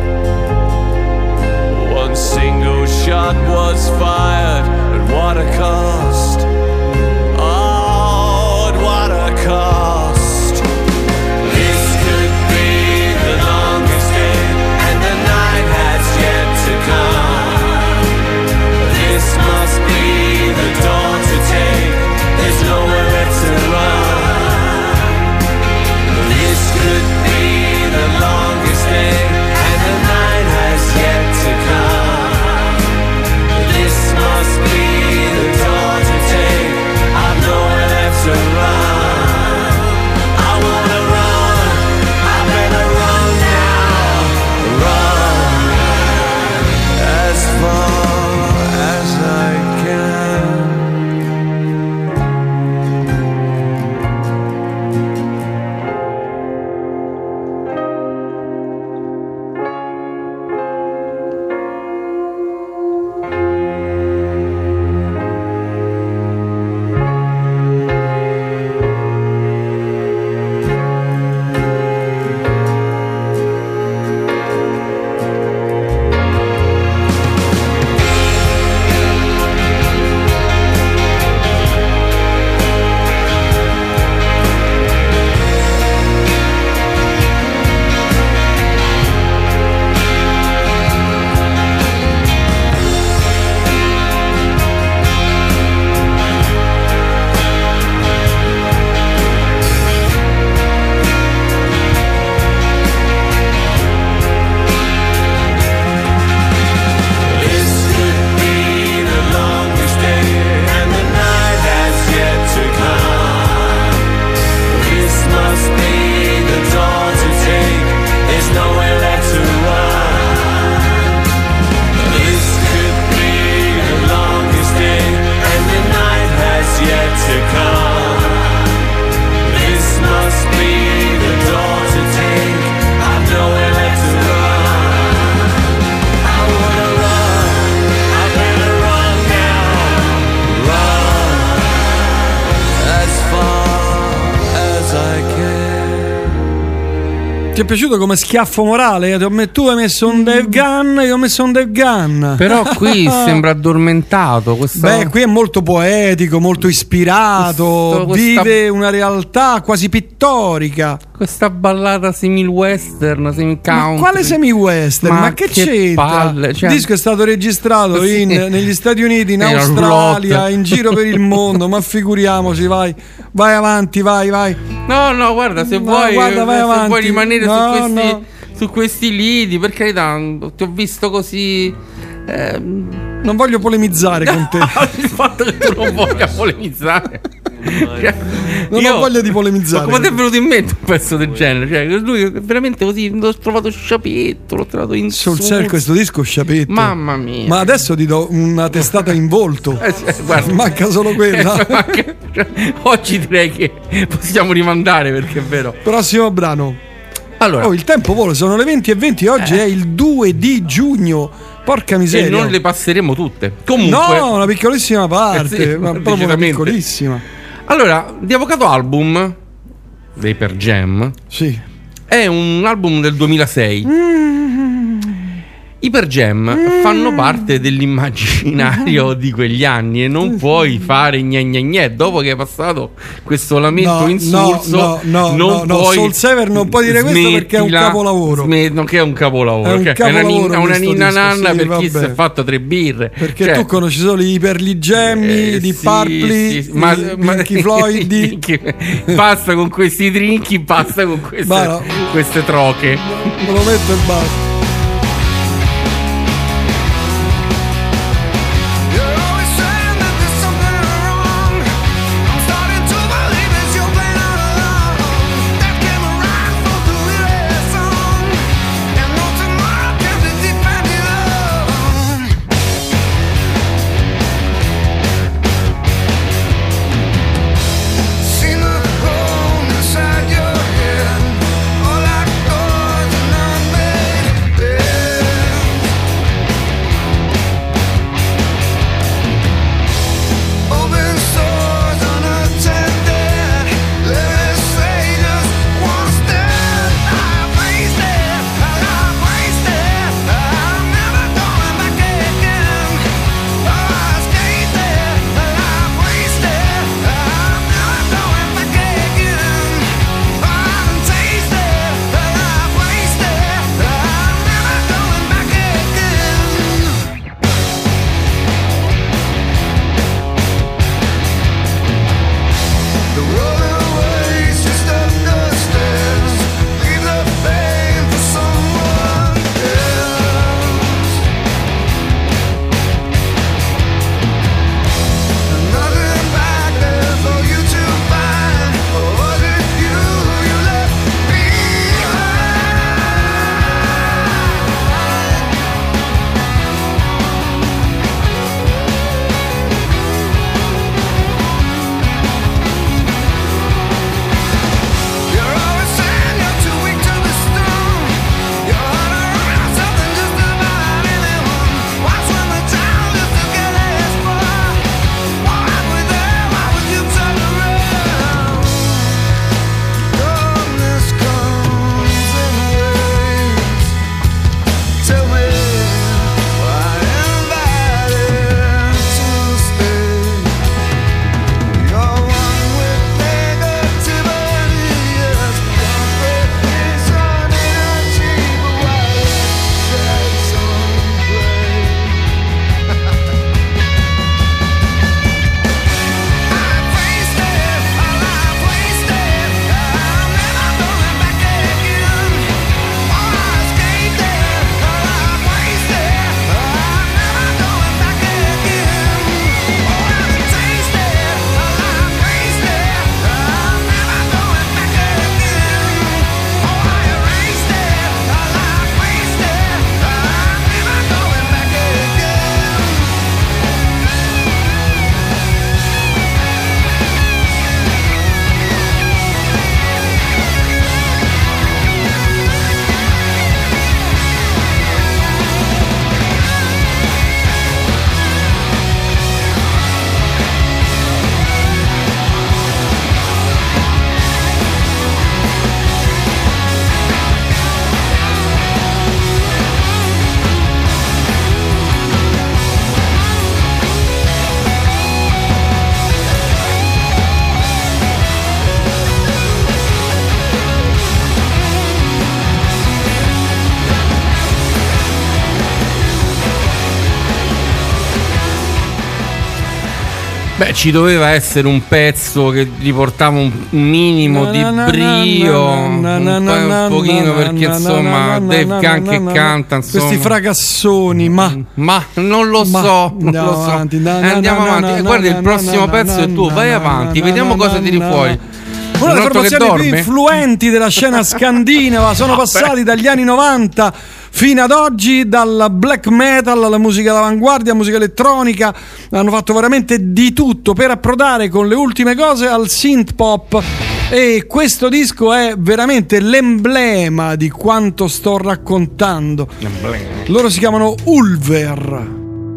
One single shot was fired, at what a cost. Oh, at what a cost. This could be the longest day, and the night has yet to come. This must be the dawn to take. There's nowhere left to run. This could be the longest day, and the night has yet to come. This must be the dawn to take. I've nowhere left to run. I wanna run, I better run now. Run as far as I can. Ti è piaciuto come schiaffo morale? Tu hai messo un Dave Gunn, io ho messo un Dave Gunn. Però qui sembra addormentato. Questo... Beh, qui è molto poetico, molto ispirato, questo, questa... vive una realtà quasi pittorica. questa ballata semi-western, semi-country. Ma quale semi-western? Ma, Ma che, che c'entra? palle, cioè- Il disco è stato registrato Sì. in- negli Stati Uniti, in È una Australia, roulotte. in giro per il mondo. Ma figuriamoci, vai, vai avanti, vai, vai. No, no, guarda, se No, vuoi, guarda, vai se avanti. vuoi rimanere No, su questi no. su questi lidi, per carità, ti ho visto così. ehm, Non voglio polemizzare con te. il fatto che tu non voglia polemizzare. Cioè, Non io- ho voglia di polemizzare. Ma come ti è venuto in mente un pezzo del genere? Cioè, lui è veramente così, l'ho trovato sciapetto, l'ho trovato in Sul serio questo disco sciapetto. Mamma mia. Ma adesso ti do una testata in volto. Eh, sì, guarda. Manca solo quella. Manca- cioè, oggi direi che possiamo rimandare perché è vero. Prossimo brano. Allora, Oh, il tempo vola, sono le venti e venti. Oggi è il due di giugno. Porca e miseria. non le passeremo tutte. Comunque, No, una piccolissima parte. Eh sì, ma proprio una decisamente. piccolissima. allora, di Avvocato Album dei Per Jam Sì. è un album del duemilasei. I Per Jam fanno parte dell'immaginario di quegli anni e non puoi fare gna gna gna. Dopo che hai passato questo lamento No, insulso, no, no, no, non no, no, puoi Soul Sever non puoi dire questo perché è un smettila- capolavoro. smet- non che è un capolavoro, È un cioè, capolavoro una, nin- una questo ninna disco, nanna sì, per chi vabbè. si è fatto tre birre. Perché Cioè, tu conosci solo i Perligemmi, eh, di sì, Purpley, sì, sì, ma, i ma- Pinky Floyd. basta con questi drinchi, basta con queste, Ma no. queste troche. Me lo metto e basta. You're always saying that there's something wrong. I'm starting to believe it's your plan all along. That came around for the relay song. And no tomorrow can be depended on. Seen the hole inside your head. All like doors and unmade. Beh, ci doveva essere un pezzo che riportava un minimo di brio, un, po', un pochino, perché insomma Dave Gunn che canta, insomma. Questi fracassoni, ma ma non lo ma, so, non andiamo lo so. avanti, Eh, na, na, andiamo na, avanti. na, Guarda na, il prossimo na, pezzo na, e tu na, vai na, avanti, na, vediamo na, cosa na, tiri na. fuori. Una Un delle altro che formazioni più dorme? influenti della scena scandinava, sono passati dagli anni novanta fino ad oggi, dal black metal alla musica d'avanguardia, musica elettronica, hanno fatto veramente di tutto per approdare con le ultime cose al synth pop, e questo disco è veramente l'emblema di quanto sto raccontando. Loro si chiamano Ulver.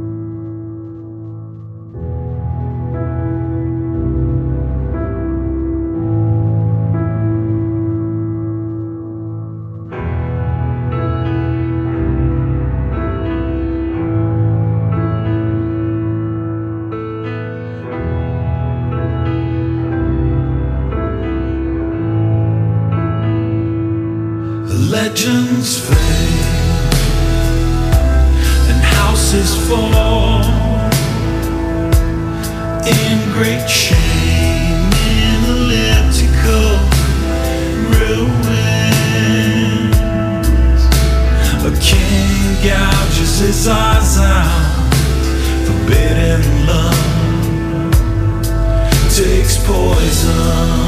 Legends fade and houses fall in great shame in elliptical ruins. A king gouges his eyes out, forbidden love takes poison.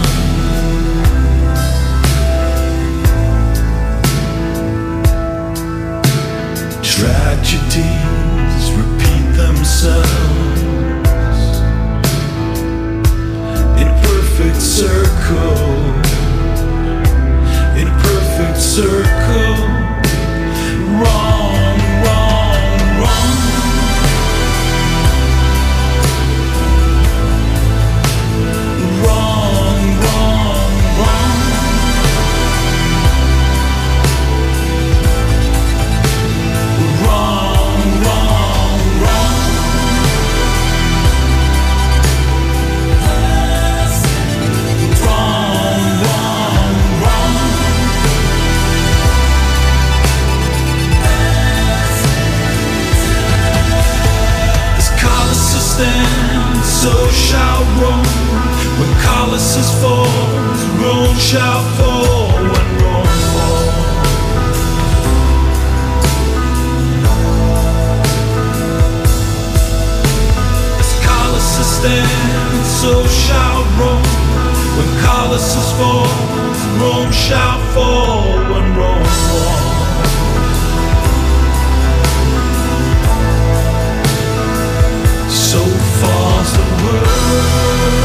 Tragedies repeat themselves in perfect circle, in perfect circle. Wrong, wrong, wrong. Wrong, wrong, wrong. Wrong, wrong, wrong. Wrong, wrong, wrong. As Colossus stands, so shall Rome. When Colossus falls, Rome shall fall. When Rome falls. Colossus stands, so shall Rome. When Colossus falls, Rome shall fall. When Rome falls. So falls the world.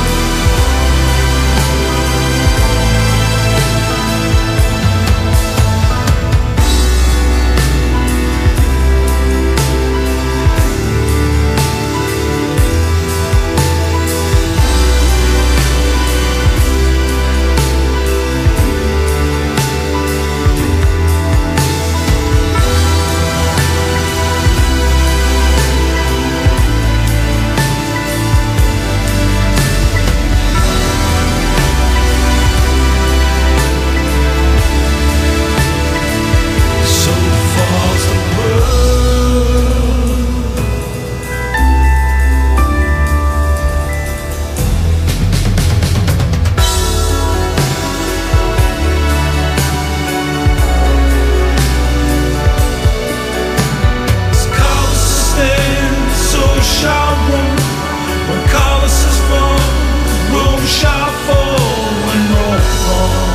So falls the world. As Colossus stands, so shall Rome. When Colossus falls, Rome shall fall. When Rome falls.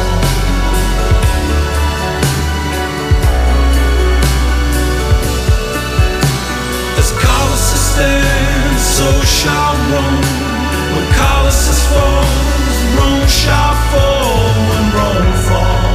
As Colossus stands, so shall Rome. When Colossus falls, Rome shall fall. When Rome falls.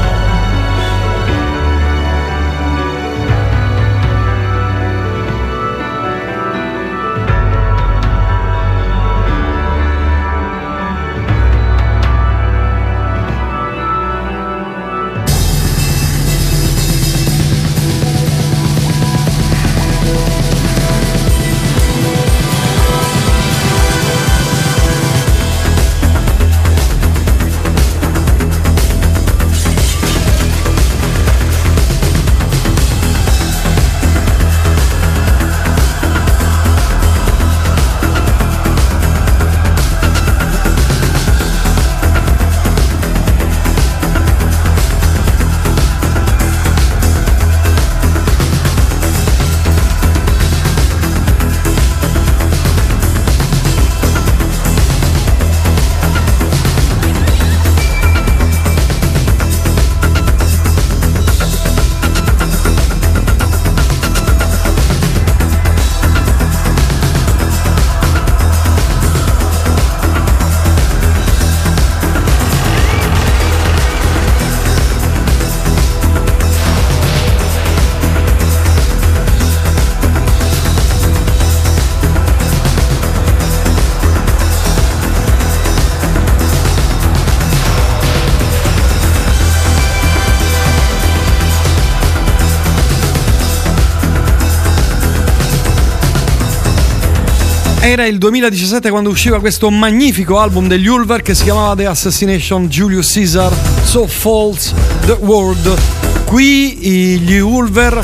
Era il duemiladiciassette quando usciva questo magnifico album degli Ulver che si chiamava The Assassination Julius Caesar, So Falls the World. Qui gli Ulver,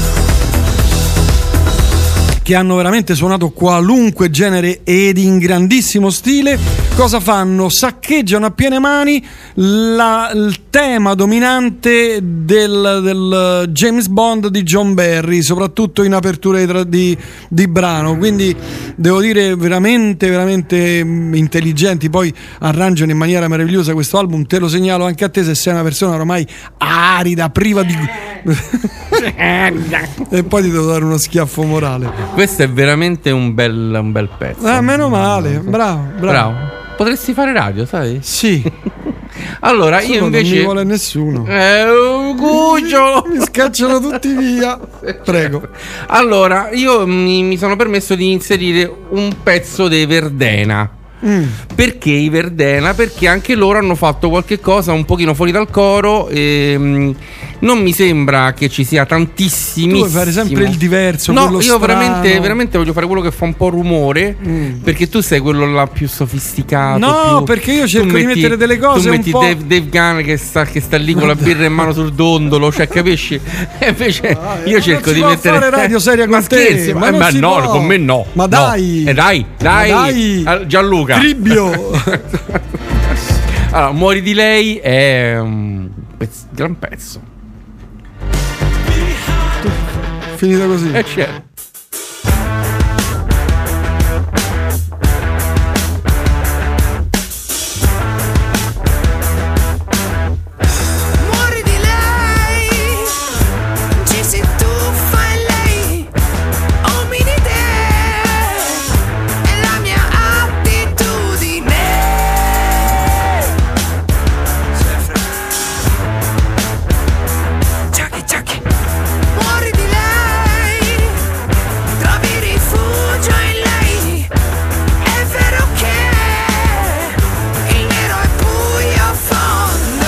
che hanno veramente suonato qualunque genere ed in grandissimo stile, cosa fanno? Saccheggiano a piene mani la, il tema dominante del, del James Bond di John Barry, soprattutto in apertura di, di, di brano. Quindi devo dire veramente veramente intelligenti, poi arrangiano in maniera meravigliosa questo album. Te lo segnalo anche a te se sei una persona ormai arida, priva di e poi ti devo dare uno schiaffo morale. Questo è veramente un bel, un bel pezzo. Ah, meno male, bravo, bravo. Bravo. Potresti fare radio, sai? Sì. Allora, Solo io invece non mi vuole nessuno. Eh, un cucciolo. Mi scacciano tutti via. Prego. Allora, io mi, mi sono permesso di inserire un pezzo dei Verdena. Mm. Perché i Verdena? Perché anche loro hanno fatto qualche cosa un pochino fuori dal coro e mh, non mi sembra che ci sia tantissimo. Tu vuoi fare sempre il diverso, no, quello io strano. veramente, veramente voglio fare quello che fa un po' rumore, Mm. perché tu sei quello là più sofisticato. No, più- perché io tu cerco di mettere delle cose Tu un metti po'- Dave, Dave Gunn che sta, che sta lì con la birra in mano sul dondolo, cioè capisci? E invece Ah, io ma cerco non si di può mettere fare radio seria ma con te, scherzi, ma ma, non ma si no, può. con me no. Ma no. dai. Eh, dai, dai, Ma dai. Ah, Gianluca. Cribbio. Allora, Muori di lei è un pezz- gran pezzo. Finita così. E c'è. Muori di lei, ci si tuffa in lei, ominide, è la mia attitudine. Chucky, Chucky. Muori di lei, trovi rifugio in lei, è vero che il nero è buio a fondo.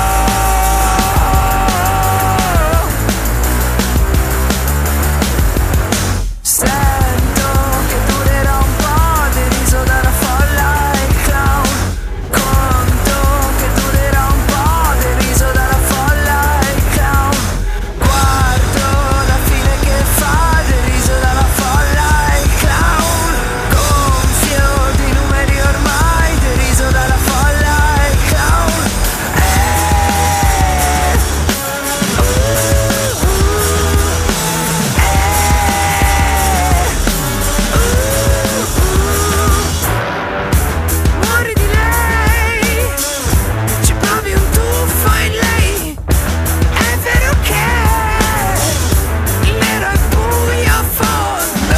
Sento che durerà un po', deriso dalla folla e il clown. Conto che durerà un po', deriso dalla folla e il clown. Guardo la fine che fa, deriso dalla folla e il clown. Gonfio di numeri ormai, deriso dalla folla e il clown. Muori di lei, ci provi un tuffo in lei, è vero che il nero è buio a fondo.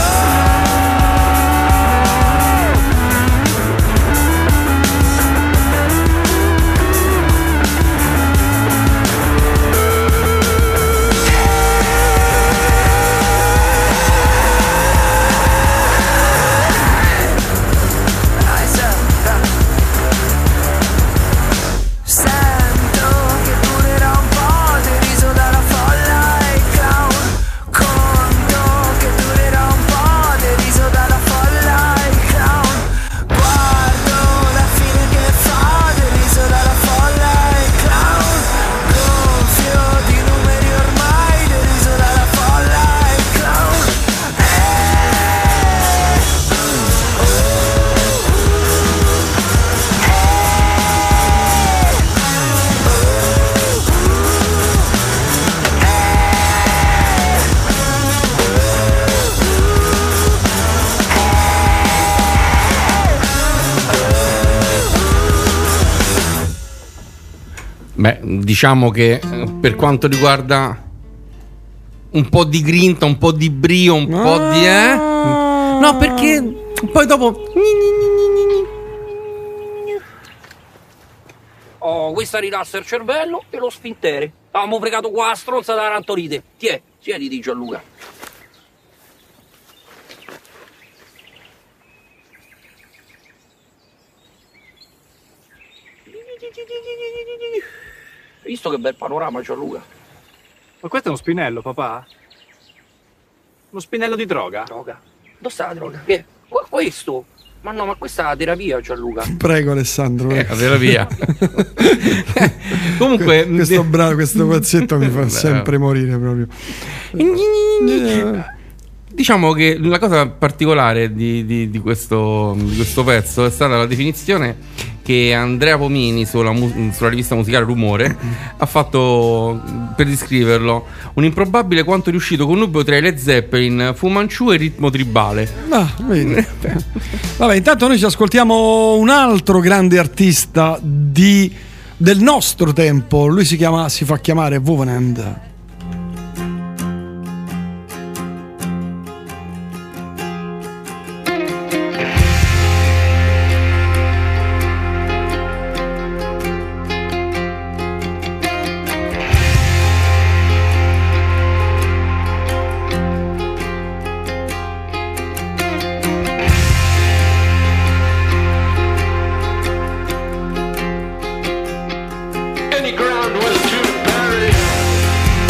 Sento che durerà un po', deriso dalla folla e il clown. Conto che durerà un po', deriso dalla folla e il clown. Guardo la fine che fa, deriso dalla folla e il clown. Gonfio di numeri ormai, deriso dalla folla e il clown. Beh, diciamo che eh, per quanto riguarda un po' di grinta, un po' di brio, un po' di eh? No, perché poi dopo Oh, questa rilassa il cervello e lo sfintere. Avevamo fregato qua la stronza della rantorite. Tiè, siediti Gianluca. Hai visto che bel panorama, Gianluca? Ma questo è uno spinello, papà? Uno spinello di droga? Droga. Dove sta la droga? Che? Qu- questo. Ma no, ma questa è la terapia, Gianluca. Prego Alessandro. Eh, la terapia. Comunque questo bravo, questo pezzetto mi fa sempre morire proprio. Diciamo che la cosa particolare di, di, di, questo, di questo pezzo è stata la definizione che Andrea Pomini sulla, sulla rivista musicale Rumore ha fatto per descriverlo: un improbabile quanto riuscito connubio tra i Led Zeppelin, Fu Manchu e ritmo tribale. Ah, vedi. Vabbè, intanto noi ci ascoltiamo un altro grande artista di, del nostro tempo. Lui si chiama, si fa chiamare Wovenhand. Any ground was to bury.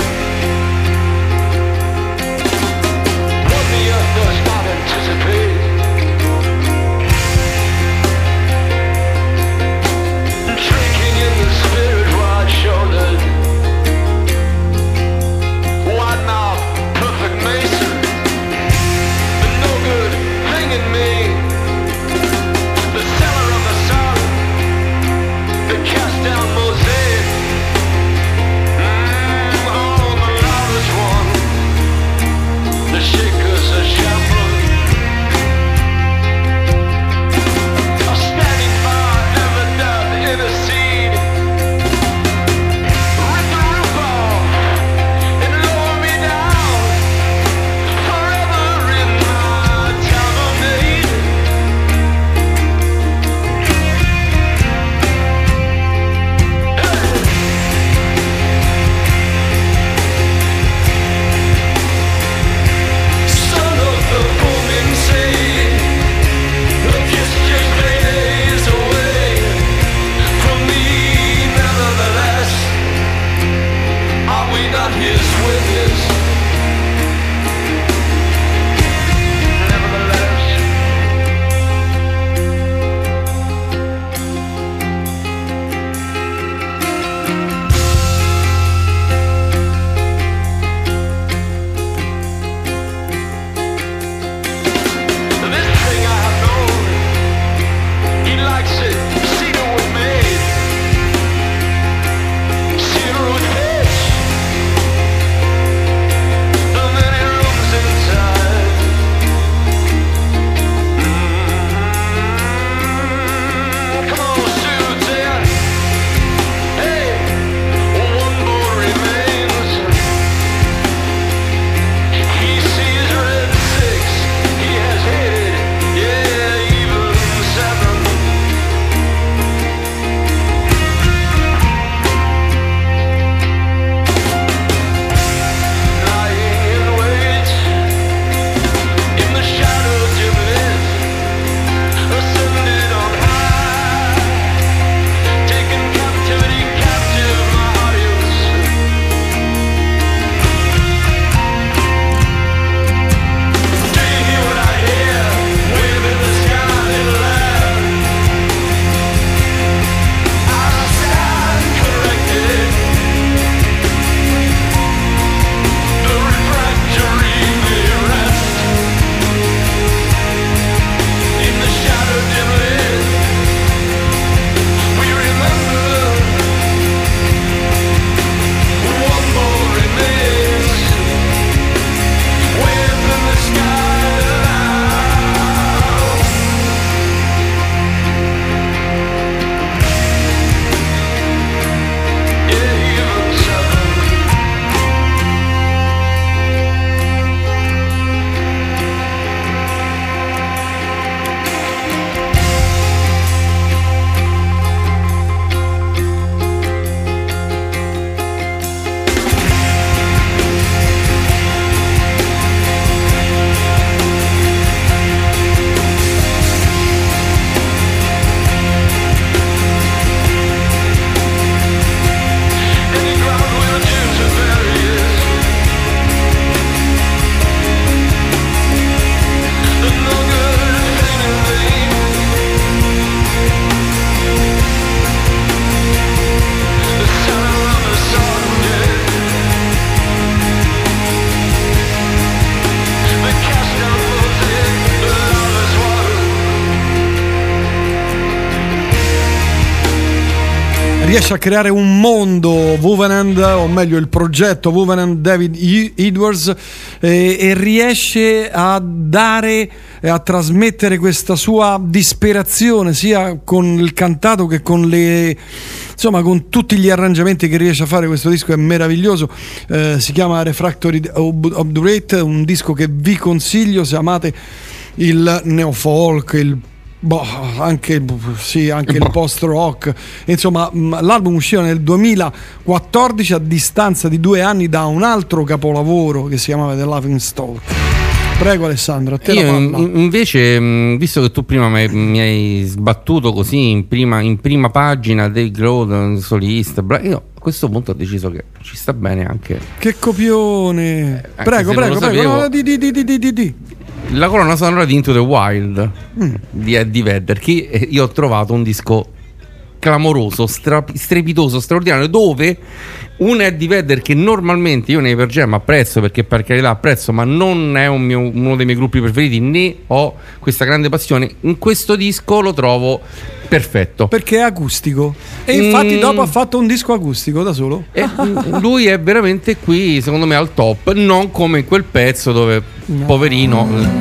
riesce a creare un mondo Wuvenand, o meglio il progetto Wuvenand David Edwards, eh, e riesce a dare e a trasmettere questa sua disperazione sia con il cantato che con le, insomma, con tutti gli arrangiamenti che riesce a fare. Questo disco è meraviglioso, eh, si chiama Refractory Obdurate, un disco che vi consiglio se amate il neofolk, il Boh, anche, sì, anche il post rock, insomma. L'album usciva nel duemilaquattordici, a distanza di due anni da un altro capolavoro che si chiamava The Laughing Stock. Prego Alessandro, a te Io la palla. invece, visto che tu prima mi, mi hai sbattuto così in prima, in prima pagina Dave Grohl, solista, io a questo punto ho deciso che ci sta bene anche. Che copione! Eh, prego, prego, prego, no, di, di, di, di, di, di. La colonna sonora di Into the Wild mm. di Eddie Vedder, che io ho trovato un disco clamoroso, stra- strepitoso, straordinario, dove un Eddie Vedder che normalmente io nei Pearl Jam apprezzo, perché per carità apprezzo, ma non è un mio, uno dei miei gruppi preferiti, né ho questa grande passione, in questo disco lo trovo perfetto, perché è acustico, e infatti mm. dopo ha fatto un disco acustico da solo, e lui è veramente qui secondo me al top, non come in quel pezzo dove no. poverino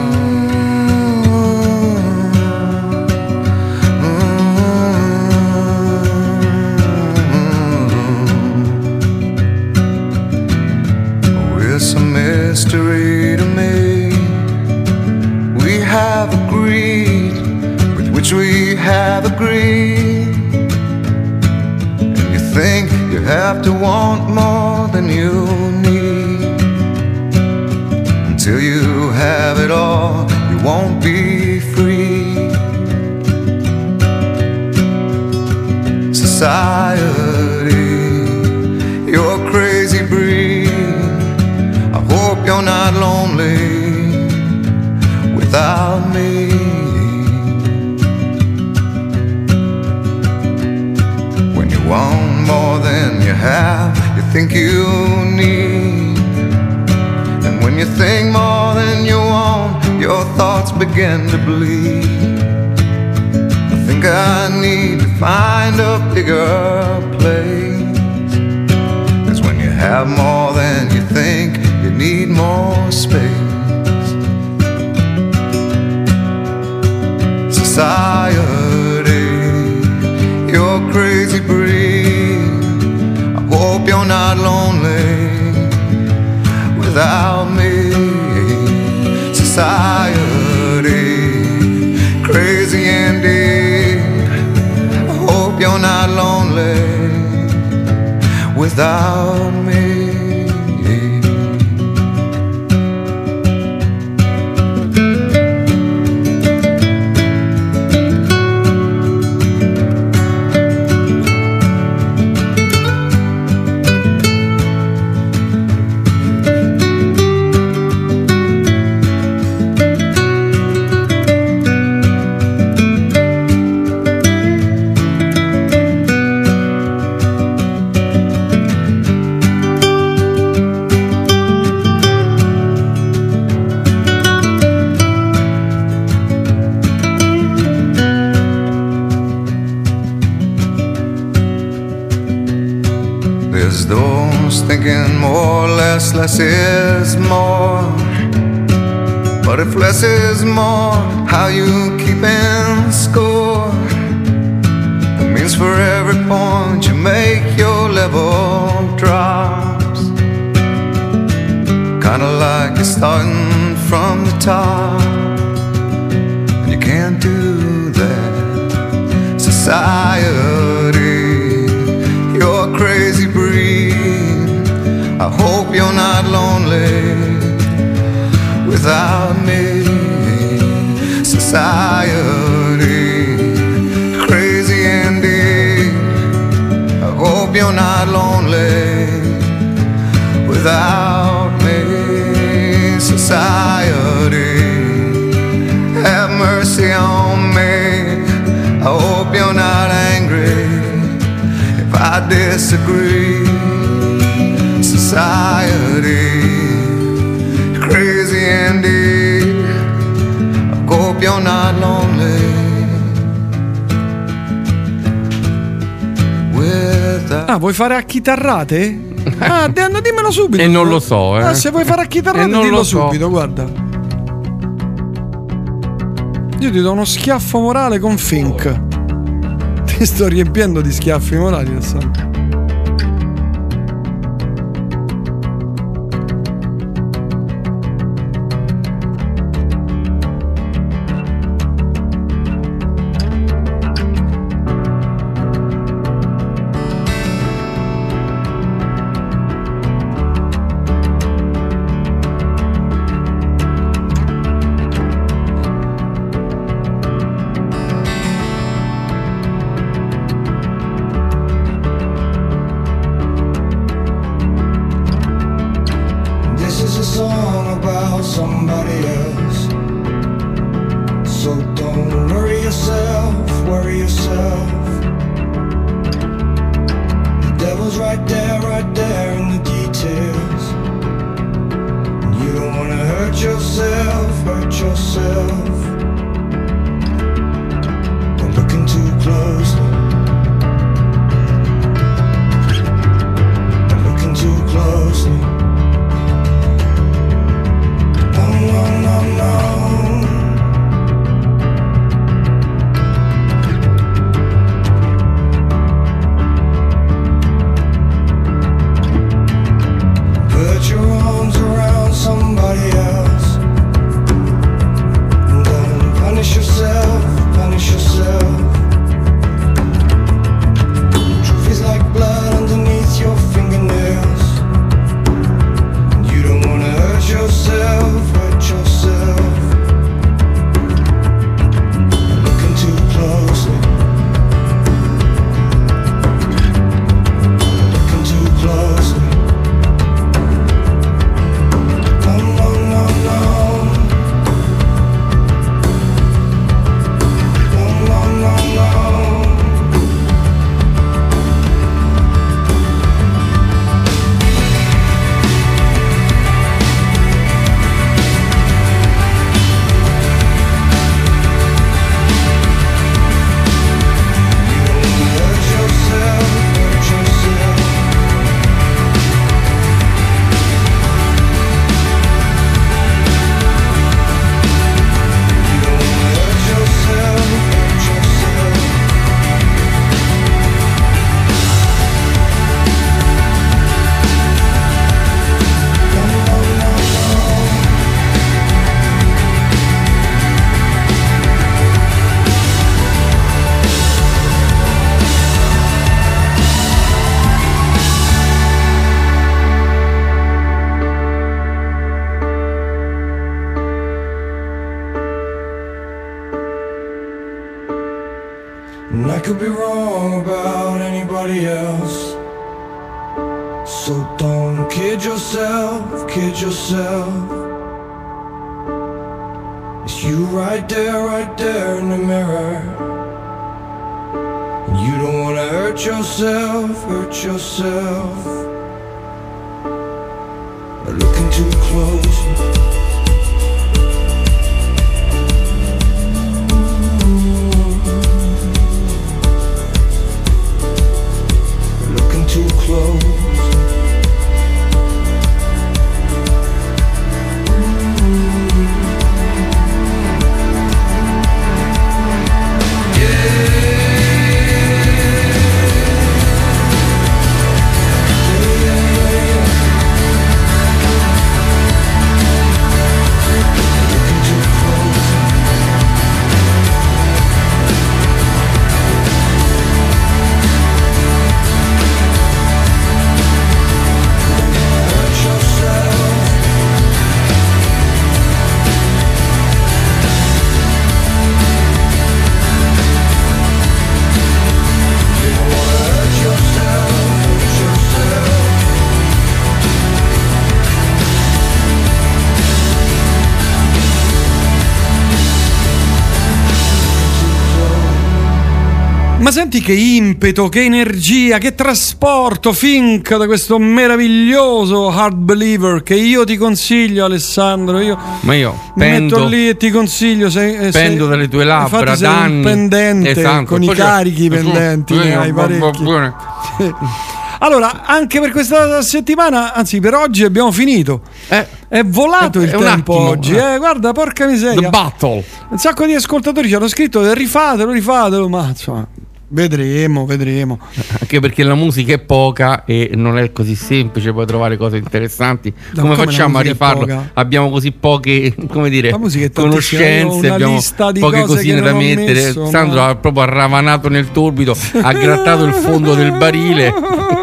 It's a mystery to me. We have agreed with which we have agreed. And you think you have to want more than you need. Until you have it all, you won't be free. Society, you're crazy breed. I hope you're not lonely without me. When you want more than you have, you think you need. And when you think more than you want, your thoughts begin to bleed. I think I need to find a bigger place. 'Cause when you have more than you think, you need more space. Society, you're crazy breed. I hope you're not lonely without me. Society, crazy indeed. I hope you're not lonely without me. There's those thinking more, less, less is more. But if less is more, how you keeping score? That means for every point you make, your level drops. Kinda like you're starting from the top, and you can't do that. Society, you're crazy breed. I hope you're not lonely without me. Society, crazy indeed. I hope you're not lonely without me. Society, have mercy on me. I hope you're not angry if I disagree. Society, crazy indeed. I hope you're not lonely Ah, vuoi fare a chitarrate? Ah, d- dimmelo subito. E non lo so, eh. Ah, se vuoi fare a chitarrate, E non dillo lo so. subito, guarda. Io ti do uno schiaffo morale con Fink. Ti sto riempiendo di schiaffi morali, Alessandro. This is a song about somebody else. So don't worry yourself, worry yourself. The devil's right there, right there in the details. And you don't wanna hurt yourself, hurt yourself. Don't look in too closely. Don't look in too closely. No, no, no. Put your arms around somebody else. And don't punish yourself, punish yourself. Truth is like blood underneath your fingernails. And you don't wanna hurt yourself, hurt yourself. Looking too closely. Looking too closely. No, no, no, no. No, no, no, no. Hurt yourself, hurt yourself. You don't wanna hurt yourself, hurt yourself. No, no, no, no. And I could be wrong about anybody else. So don't kid yourself, kid yourself. It's you right there, right there in the mirror. And you don't wanna hurt yourself, hurt yourself. But looking too close. Looking too close. Ma senti che impeto, che energia, che trasporto, Fink, da questo meraviglioso Hard Believer che io ti consiglio, Alessandro. Io Ma io mi pendo, metto lì e ti consiglio. Se, se, pendo dalle tue labbra infatti sei da un anni. pendente, Esatto. con i Poi c'è- carichi pendenti, ne hai va- va- parecchi. buone. Allora, anche per questa settimana, anzi per oggi abbiamo finito. Eh, è volato è, il è tempo attimo, oggi, eh. eh. Guarda, porca miseria. The Battle. Un sacco di ascoltatori ci hanno scritto rifatelo, rifatelo, ma insomma, vedremo, vedremo. Anche perché la musica è poca e non è così semplice poi trovare cose interessanti. No, come, come facciamo a la musica è rifarlo? poca? Abbiamo così poche, come dire, La musica è tantissima, io ho conoscenze, una abbiamo lista di poche cose cosine che da non ho mettere. messo, Sandro ma- ha proprio arravanato nel torbido, ha grattato il fondo del barile.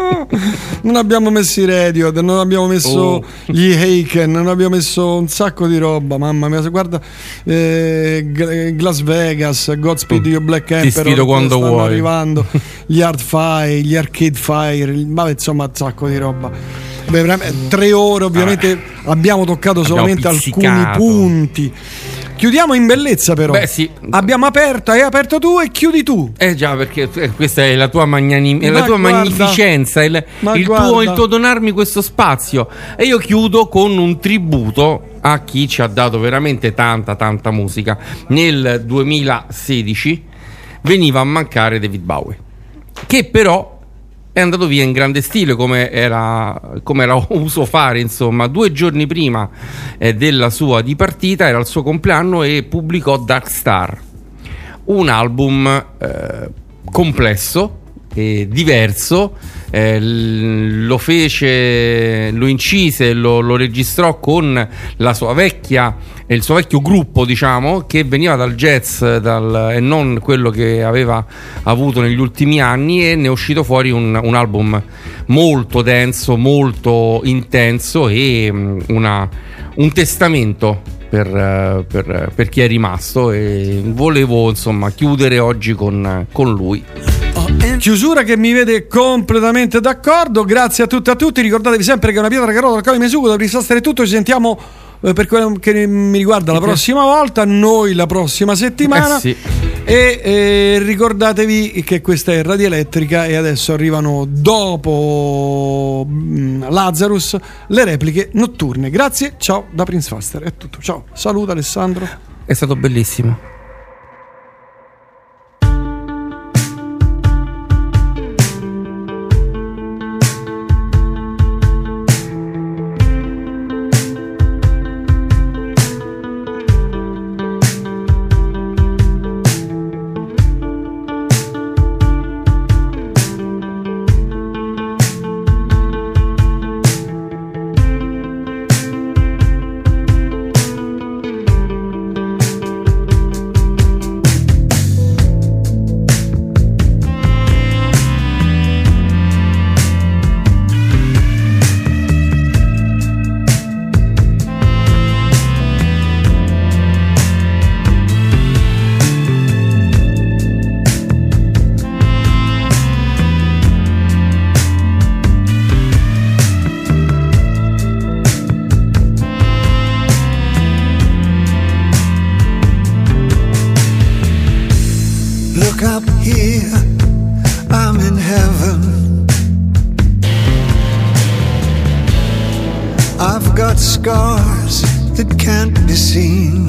Non abbiamo messo i Radio, non abbiamo messo Oh. gli Haken, non abbiamo messo un sacco di roba, mamma mia. Guarda, eh, G- Las Vegas, Godspeed You Black Emperor, sfido quando stanno vuoi. arrivando gli Hard Fire, gli Arcade Fire, il- vabbè, insomma, un sacco di roba. Beh, veramente, tre ore, ovviamente abbiamo toccato Abbiamo solamente alcuni pizzicato. punti. Chiudiamo in bellezza, però. Beh, sì. Abbiamo aperto, hai aperto tu e chiudi tu. Eh già, perché eh, questa è la tua, magnanim- è Ma la tua guarda, magnificenza, il, ma il guarda. tuo, il tuo donarmi questo spazio. E io chiudo con un tributo a chi ci ha dato veramente tanta, tanta musica. Nel duemilasedici veniva a mancare David Bowie, che però è andato via in grande stile, come era, come era uso fare, insomma. Due giorni prima eh, della sua dipartita era il suo compleanno e pubblicò Dark Star, un album eh, complesso e diverso. Eh, l- lo fece, lo incise, lo, lo registrò con la sua vecchia, il suo vecchio gruppo, diciamo, che veniva dal jazz dal, e non quello che aveva avuto negli ultimi anni, e ne è uscito fuori un, un album molto denso, molto intenso e mh, una, un testamento per, eh, per, per chi è rimasto, e volevo insomma chiudere oggi con, con lui. Chiusura che mi vede completamente d'accordo. Grazie a tutti e a tutti. Ricordatevi sempre che una pietra carota al cavolo mesugo da risastere tutto. Ci sentiamo eh, per quello che mi riguarda la prossima volta, noi la prossima settimana. Eh sì. E eh, ricordatevi che questa è Radio Elettrica e adesso arrivano, dopo mm, Lazarus, le repliche notturne. Grazie, ciao da Prince Faster. È tutto. Ciao. Saluta Alessandro. È stato bellissimo. Look up here, I'm in heaven. I've got scars that can't be seen.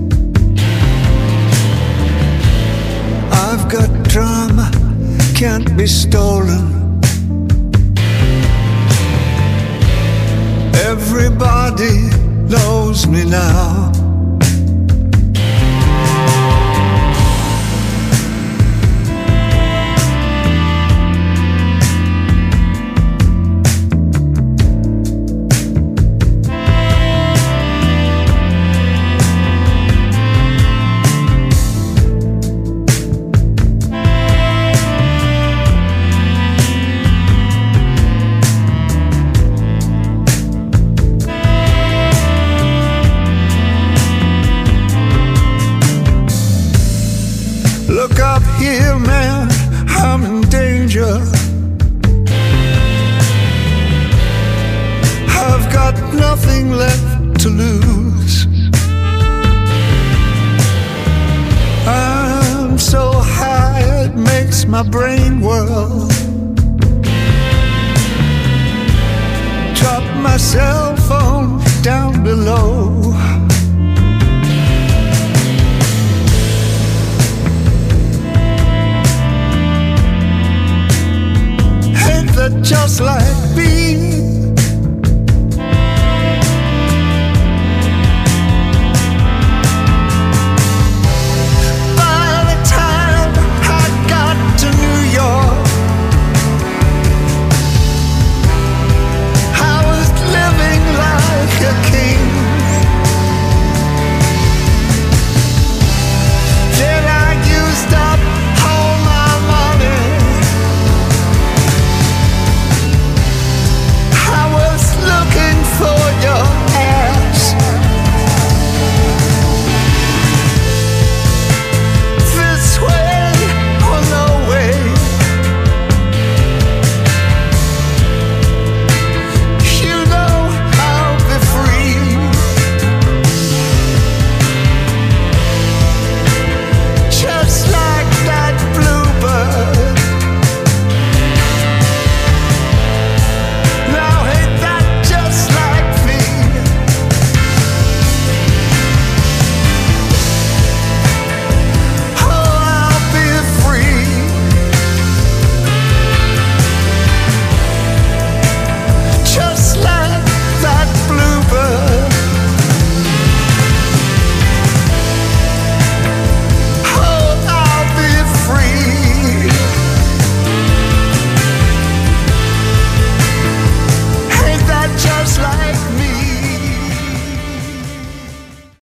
I've got drama, can't be stolen. Everybody knows me now. Look up here, man, I'm in danger. I've got nothing left to lose. I'm so high it makes my brain whirl. Drop my cell phone down below.